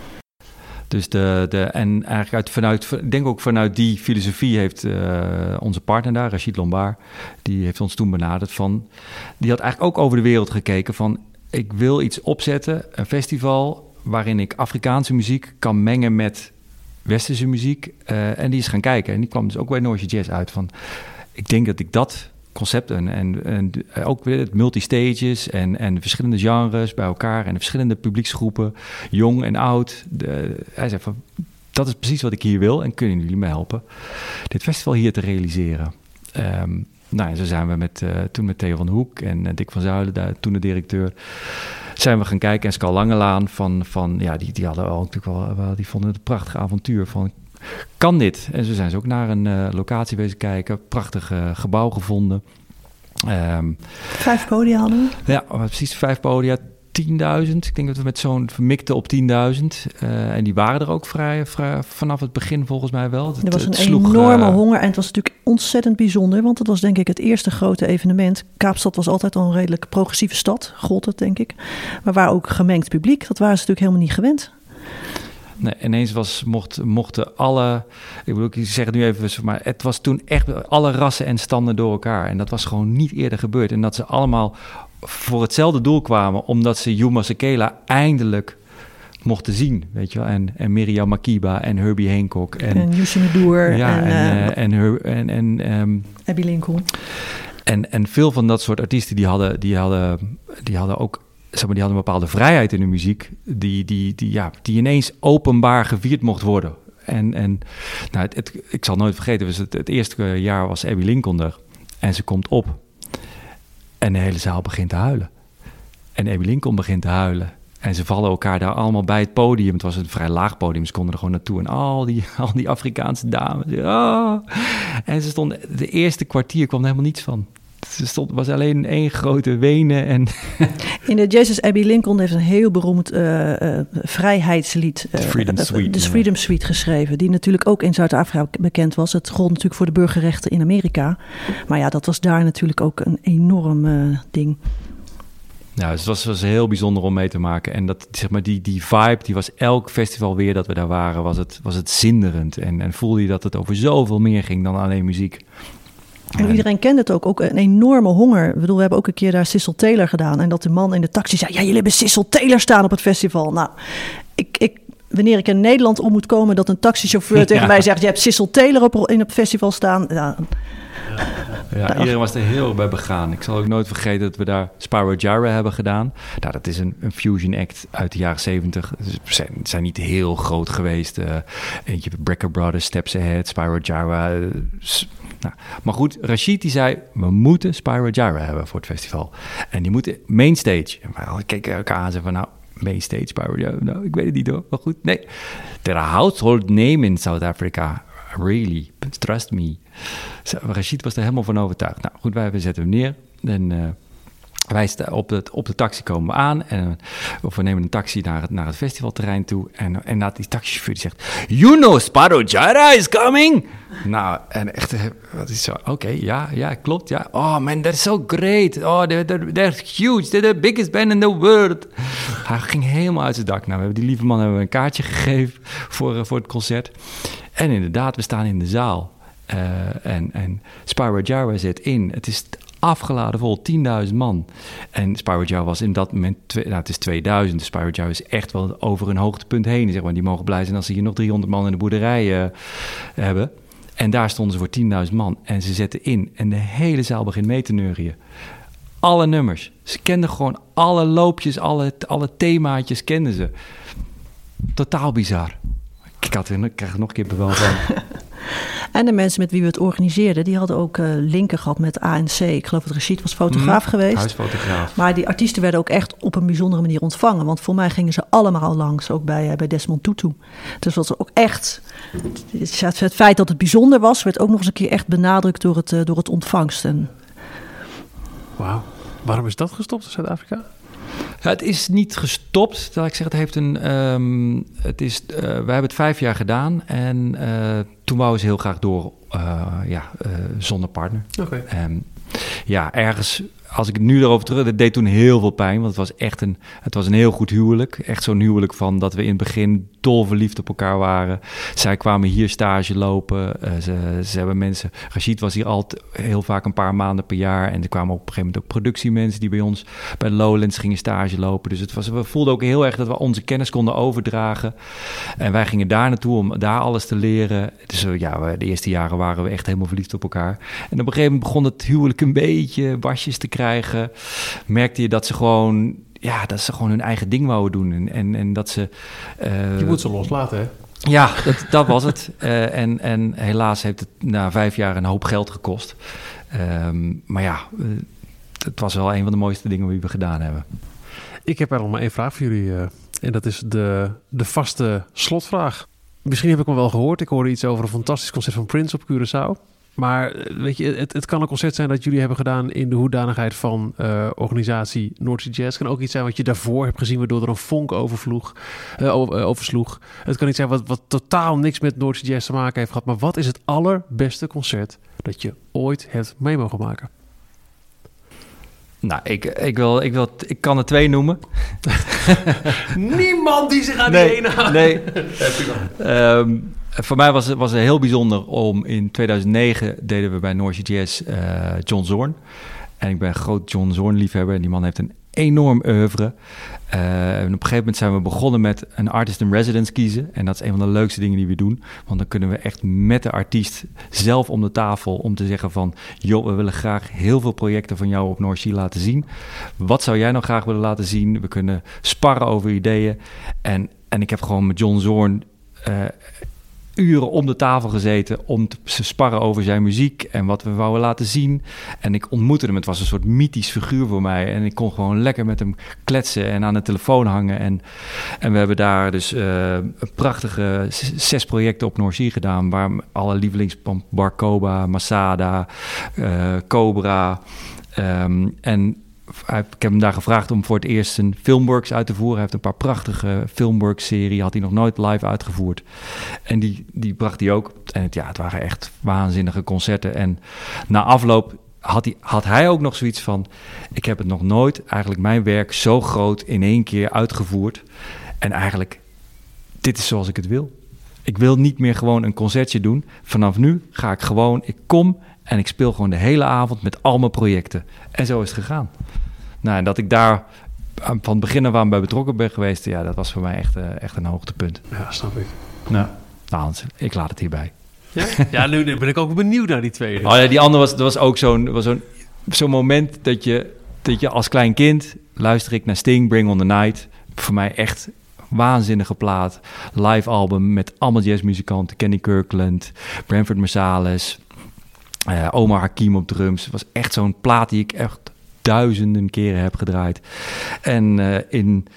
Dus en eigenlijk ik denk ook vanuit die filosofie heeft onze partner daar, Rachid Lombard, die heeft ons toen benaderd van, die had eigenlijk ook over de wereld gekeken van, ik wil iets opzetten, een festival waarin ik Afrikaanse muziek kan mengen met westerse muziek. En die is gaan kijken. En die kwam dus ook bij Noordse Jazz uit van, ik denk dat ik dat concept en ook weer het multistages en verschillende genres bij elkaar en de verschillende publieksgroepen, jong en oud. Hij zei van, dat is precies wat ik hier wil en kunnen jullie me helpen dit festival hier te realiseren. En zo zijn we toen met Theo van den Hoek en Dick van Zuilen, toen de directeur, zijn we gaan kijken. En Skal Langelaan die hadden al natuurlijk wel, die vonden het een prachtig avontuur van, kan dit? En zo zijn ze ook naar een locatie wezen kijken, prachtig gebouw gevonden. 5 podia hadden we? Ja, precies 5 podia, 10.000. Ik denk dat we met zo'n vermikte op 10.000. En die waren er ook vrij vanaf het begin volgens mij wel. Er was een enorme honger en het was natuurlijk ontzettend bijzonder. Want het was denk ik het eerste grote evenement. Kaapstad was altijd al een redelijk progressieve stad, gold het denk ik. Maar waar ook gemengd publiek, dat waren ze natuurlijk helemaal niet gewend. Nee, ineens mochten alle, ik zeg het nu even, maar het was toen echt alle rassen en standen door elkaar. En dat was gewoon niet eerder gebeurd. En dat ze allemaal voor hetzelfde doel kwamen, omdat ze Yuma Sekela eindelijk mochten zien, weet je wel. En Miriam Makeba en Herbie Hancock. En Youssou N'Dour. Ja, en Abby Lincoln. En veel van dat soort artiesten, die hadden ook, zeg maar, die hadden een bepaalde vrijheid in de muziek, die ineens openbaar gevierd mocht worden. Ik zal nooit vergeten, het eerste jaar was Abby Lincoln er. En ze komt op. En de hele zaal begint te huilen. En Abby Lincoln begint te huilen. En ze vallen elkaar daar allemaal bij het podium. Het was een vrij laag podium, ze konden er gewoon naartoe. En al die Afrikaanse dames. Oh. En ze stonden, de eerste kwartier kwam er helemaal niets van. Het was alleen één grote wenen. En in de jazz is Abby Lincoln heeft een heel beroemd vrijheidslied. De Freedom Suite geschreven. Die natuurlijk ook in Zuid-Afrika bekend was. Het gold natuurlijk voor de burgerrechten in Amerika. Maar ja, dat was daar natuurlijk ook een enorm ding. Ja, dus het was heel bijzonder om mee te maken. En dat, zeg maar, die vibe, die was elk festival weer dat we daar waren, was het zinderend. En voelde je dat het over zoveel meer ging dan alleen muziek. En iedereen kende het ook een enorme honger. Ik bedoel, we hebben ook een keer daar Sissel Taylor gedaan. En dat de man in de taxi zei, ja, jullie hebben Sissel Taylor staan op het festival. Nou, wanneer ik in Nederland om moet komen, dat een taxichauffeur tegen mij zegt, je hebt Sissel Taylor in het festival staan. Ja, iedereen was er heel erg bij begaan. Ik zal ook nooit vergeten dat we daar Spyro Gyra hebben gedaan. Nou, dat is een fusion act uit de jaren 70. Ze zijn niet heel groot geweest. Eentje Brecker Brothers, Steps Ahead, Spyro Gyra. Maar goed, Rachid die zei, we moeten Spyro Gyra hebben voor het festival. En die moeten mainstage. En wij keken elkaar aan en zeiden van, nou, mainstage Spyro Gyra. Nou, ik weet het niet hoor. Maar goed, nee. They're a household name in South Africa. Really, trust me. Rachid was er helemaal van overtuigd. Nou goed, wij zetten hem neer. En wij op de taxi komen we aan. Of we nemen een taxi naar het festivalterrein toe. En die taxichauffeur die zegt, you know Spyro Gyra is coming? Nou, en echt, wat is zo? Oké, ja, klopt, ja. Oh man, that's so great. Oh, they're huge. They're the biggest band in the world. Hij ging helemaal uit zijn dak. Nou, we hebben die lieve man een kaartje gegeven voor het concert. En inderdaad, we staan in de zaal. En Spyro Gyra zit in. Het is afgeladen vol, 10.000 man. En Spyro Gyra was in dat moment, het is 2000. Dus Spyro Gyra is echt wel over een hoogtepunt heen. Zeg maar. Die mogen blij zijn als ze hier nog 300 man in de boerderij hebben. En daar stonden ze voor 10.000 man. En ze zetten in. En de hele zaal begint mee te neurien. Alle nummers. Ze kenden gewoon alle loopjes, alle themaatjes kenden ze. Totaal bizar. Ik krijg er nog een keer bevel van. En de mensen met wie we het organiseerden, die hadden ook linken gehad met ANC. Ik geloof dat Rashid was fotograaf geweest. Huisfotograaf. Maar die artiesten werden ook echt op een bijzondere manier ontvangen. Want voor mij gingen ze allemaal langs, ook bij Desmond Tutu. Dus dat was ook echt... Het feit dat het bijzonder was, werd ook nog eens een keer echt benadrukt door het ontvangst. Wauw. Waarom is dat gestopt in Zuid-Afrika? Ja, het is niet gestopt. Dat ik zeg, het heeft wij hebben het 5 jaar gedaan en toen wouden ze heel graag door zonder partner. Okay. Ergens, als ik het nu erover terug, dat deed toen heel veel pijn, want het was een heel goed huwelijk. Echt zo'n huwelijk van dat we in het begin dolverliefd op elkaar waren. Zij kwamen hier stage lopen. Ze hebben mensen... Rashid was hier altijd heel vaak een paar maanden per jaar. En er kwamen op een gegeven moment ook productiemensen die bij ons bij Lowlands gingen stage lopen. Dus we voelden ook heel erg dat we onze kennis konden overdragen. En wij gingen daar naartoe om daar alles te leren. Dus de eerste jaren waren we echt helemaal verliefd op elkaar. En op een gegeven moment begon het huwelijk een beetje wasjes te krijgen. Merkte je dat ze gewoon hun eigen ding wouden doen. En dat ze... Je moet ze loslaten, hè? Ja, dat was het. En helaas heeft het na 5 jaar een hoop geld gekost. Het was wel een van de mooiste dingen die we gedaan hebben. Ik heb er nog maar 1 vraag voor jullie. En dat is de vaste slotvraag. Misschien heb ik hem wel gehoord. Ik hoorde iets over een fantastisch concert van Prince op Curaçao. Maar weet je, het kan een concert zijn dat jullie hebben gedaan in de hoedanigheid van organisatie North Sea Jazz. Het kan ook iets zijn wat je daarvoor hebt gezien, waardoor er een vonk oversloeg. Het kan iets zijn wat totaal niks met North Sea Jazz te maken heeft gehad. Maar wat is het allerbeste concert dat je ooit hebt mee mogen maken? Nou, ik kan er 2 noemen. Niemand die zich aan die ene houdt. Nee. Voor mij was het heel bijzonder om in 2009 deden we bij North Sea Jazz John Zorn. En ik ben een groot John Zorn liefhebber en die man heeft een enorm oeuvre. En op een gegeven moment zijn we begonnen met een artist in residence kiezen. En dat is een van de leukste dingen die we doen. Want dan kunnen we echt met de artiest zelf om de tafel om te zeggen van... joh, we willen graag heel veel projecten van jou op North Sea laten zien. Wat zou jij nou graag willen laten zien? We kunnen sparren over ideeën. En ik heb gewoon met John Zorn... uren om de tafel gezeten om te sparren over zijn muziek en wat we wouden laten zien. En ik ontmoette hem. Het was een soort mythisch figuur voor mij. En ik kon gewoon lekker met hem kletsen en aan de telefoon hangen. En we hebben daar dus prachtige 6 projecten op North Sea gedaan, waar alle lievelings van Barcoba, Masada, Cobra en ik heb hem daar gevraagd om voor het eerst een filmworks uit te voeren. Hij heeft een paar prachtige filmworks-serie, had hij nog nooit live uitgevoerd. En die bracht hij ook. En het waren echt waanzinnige concerten. En na afloop had hij ook nog zoiets van... ik heb het nog nooit, eigenlijk mijn werk, zo groot in 1 keer uitgevoerd. En eigenlijk, dit is zoals ik het wil. Ik wil niet meer gewoon een concertje doen. Vanaf nu ga ik kom... en ik speel gewoon de hele avond met al mijn projecten. En zo is het gegaan. Nou, en dat ik daar van het begin af aan bij betrokken ben geweest... ja, dat was voor mij echt een hoogtepunt. Ja, snap ik. Nou, Hans, ik laat het hierbij. Ja? Ja, nu ben ik ook benieuwd naar die tweede. Oh ja, die andere was ook zo'n moment dat je als klein kind... luister ik naar Sting, Bring on the Night. Voor mij echt... waanzinnige plaat. Live album met allemaal jazzmuzikanten. Kenny Kirkland, Branford Marsalis... Omar Hakim op drums. Het was echt zo'n plaat die ik echt duizenden keren heb gedraaid. En in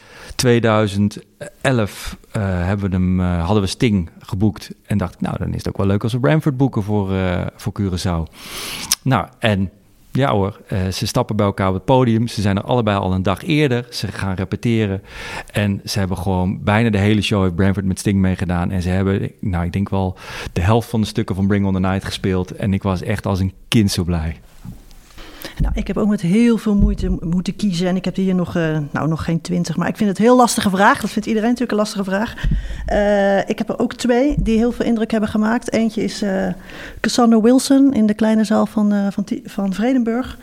2011 hadden we Sting geboekt. En dacht ik, nou, dan is het ook wel leuk als we Branford boeken voor Curaçao. Nou, en ja hoor, ze stappen bij elkaar op het podium. Ze zijn er allebei al een dag eerder. Ze gaan repeteren. En ze hebben gewoon bijna de hele show heeft Branford met Sting meegedaan. En ze hebben, nou, ik denk wel de helft van de stukken van Bring on the Night gespeeld. En ik was echt als een kind zo blij. Nou, ik heb ook met heel veel moeite moeten kiezen. En ik heb hier nog geen 20. Maar ik vind het een heel lastige vraag. Dat vindt iedereen natuurlijk een lastige vraag. Ik heb er ook 2 die heel veel indruk hebben gemaakt. Eentje is Cassandra Wilson in de kleine zaal van Vredenburg.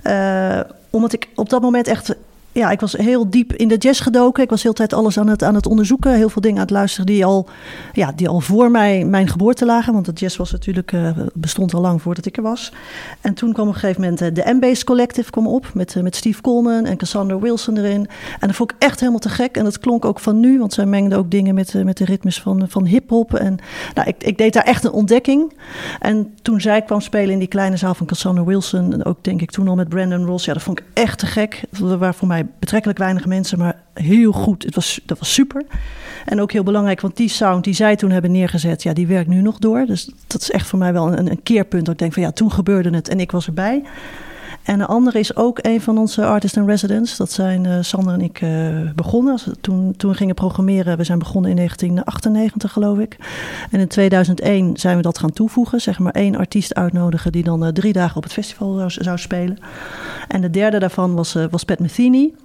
Omdat ik op dat moment echt... Ja, ik was heel diep in de jazz gedoken. Ik was de hele tijd alles aan het onderzoeken. Heel veel dingen aan het luisteren die al voor mijn geboorte lagen. Want de jazz was natuurlijk, bestond al lang voordat ik er was. En toen kwam op een gegeven moment de M-Bass Collective kwam op. Met Steve Coleman en Cassandra Wilson erin. En dat vond ik echt helemaal te gek. En dat klonk ook van nu. Want zij mengde ook dingen met de ritmes van hiphop. En nou, ik deed daar echt een ontdekking. En toen zij kwam spelen in die kleine zaal van Cassandra Wilson. En ook denk ik toen al met Brandon Ross. Ja, dat vond ik echt te gek. Dat waren voor mij betrekkelijk weinig mensen, maar heel goed. Dat was super. En ook heel belangrijk, want die sound die zij toen hebben neergezet, ja, die werkt nu nog door. Dus dat is echt voor mij wel een keerpunt. Dat ik denk van ja, toen gebeurde het en ik was erbij. En de andere is ook een van onze artists in residence. Dat zijn Sander en ik begonnen. Toen we gingen programmeren, we zijn begonnen in 1998 geloof ik. En in 2001 zijn we dat gaan toevoegen. Zeg maar 1 artiest uitnodigen die dan 3 dagen op het festival zou spelen. En de derde daarvan was Pat Metheny.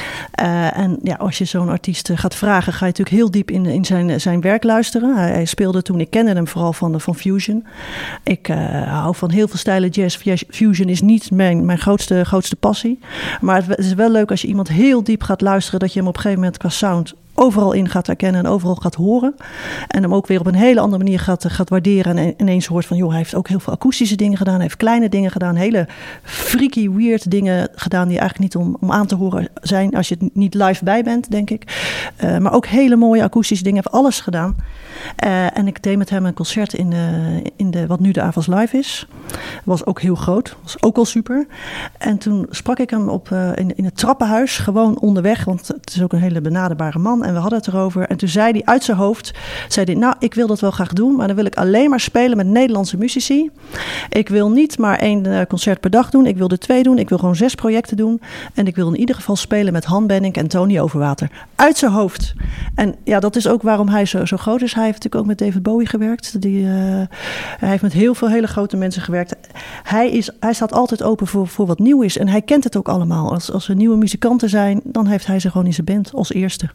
En ja, als je zo'n artiest gaat vragen, ga je natuurlijk heel diep in zijn werk luisteren. Hij speelde toen, ik kende hem vooral van Fusion. Ik hou van heel veel stijlen jazz. Fusion is niet mijn grootste passie. Maar het is wel leuk als je iemand heel diep gaat luisteren, dat je hem op een gegeven moment qua sound overal in gaat herkennen en overal gaat horen. En hem ook weer op een hele andere manier gaat waarderen. En ineens hoort van, joh, hij heeft ook heel veel akoestische dingen gedaan. Hij heeft kleine dingen gedaan. Hele freaky, weird dingen gedaan die eigenlijk niet om aan te horen zijn als je het niet live bij bent, denk ik. Maar ook hele mooie akoestische dingen. Hij heeft alles gedaan. En ik deed met hem een concert in de wat nu de Avas Live is. Was ook heel groot. Was ook al super. En toen sprak ik hem in het trappenhuis, gewoon onderweg. Want het is ook een hele benaderbare man. En we hadden het erover. En toen zei hij uit zijn hoofd, nou, ik wil dat wel graag doen, maar dan wil ik alleen maar spelen met Nederlandse muzici. Ik wil niet maar 1 concert per dag doen. Ik wil er 2 doen. Ik wil gewoon 6 projecten doen. En ik wil in ieder geval spelen met Han Benink en Tony Overwater. Uit zijn hoofd. En ja, dat is ook waarom hij zo groot is. Hij heeft natuurlijk ook met David Bowie gewerkt. Hij heeft met heel veel hele grote mensen gewerkt. Hij staat altijd open voor wat nieuw is. En hij kent het ook allemaal. Als er nieuwe muzikanten zijn, dan heeft hij ze gewoon in zijn band als eerste.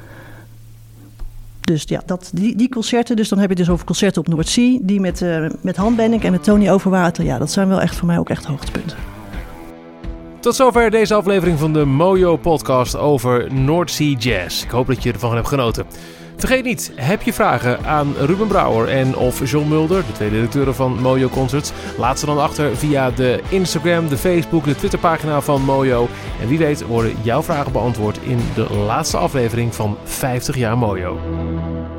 Dus ja, die concerten. Dus dan heb je dus over concerten op Noordzee. Die met Han Benink en met Tony Overwater. Ja, dat zijn wel echt voor mij ook echt hoogtepunten. Tot zover deze aflevering van de Mojo podcast over Noordzee Jazz. Ik hoop dat je ervan hebt genoten. Vergeet niet, heb je vragen aan Ruben Brouwer en of John Mulder, de 2 directeuren van Mojo Concerts? Laat ze dan achter via de Instagram, de Facebook, de Twitterpagina van Mojo. En wie weet worden jouw vragen beantwoord in de laatste aflevering van 50 jaar Mojo.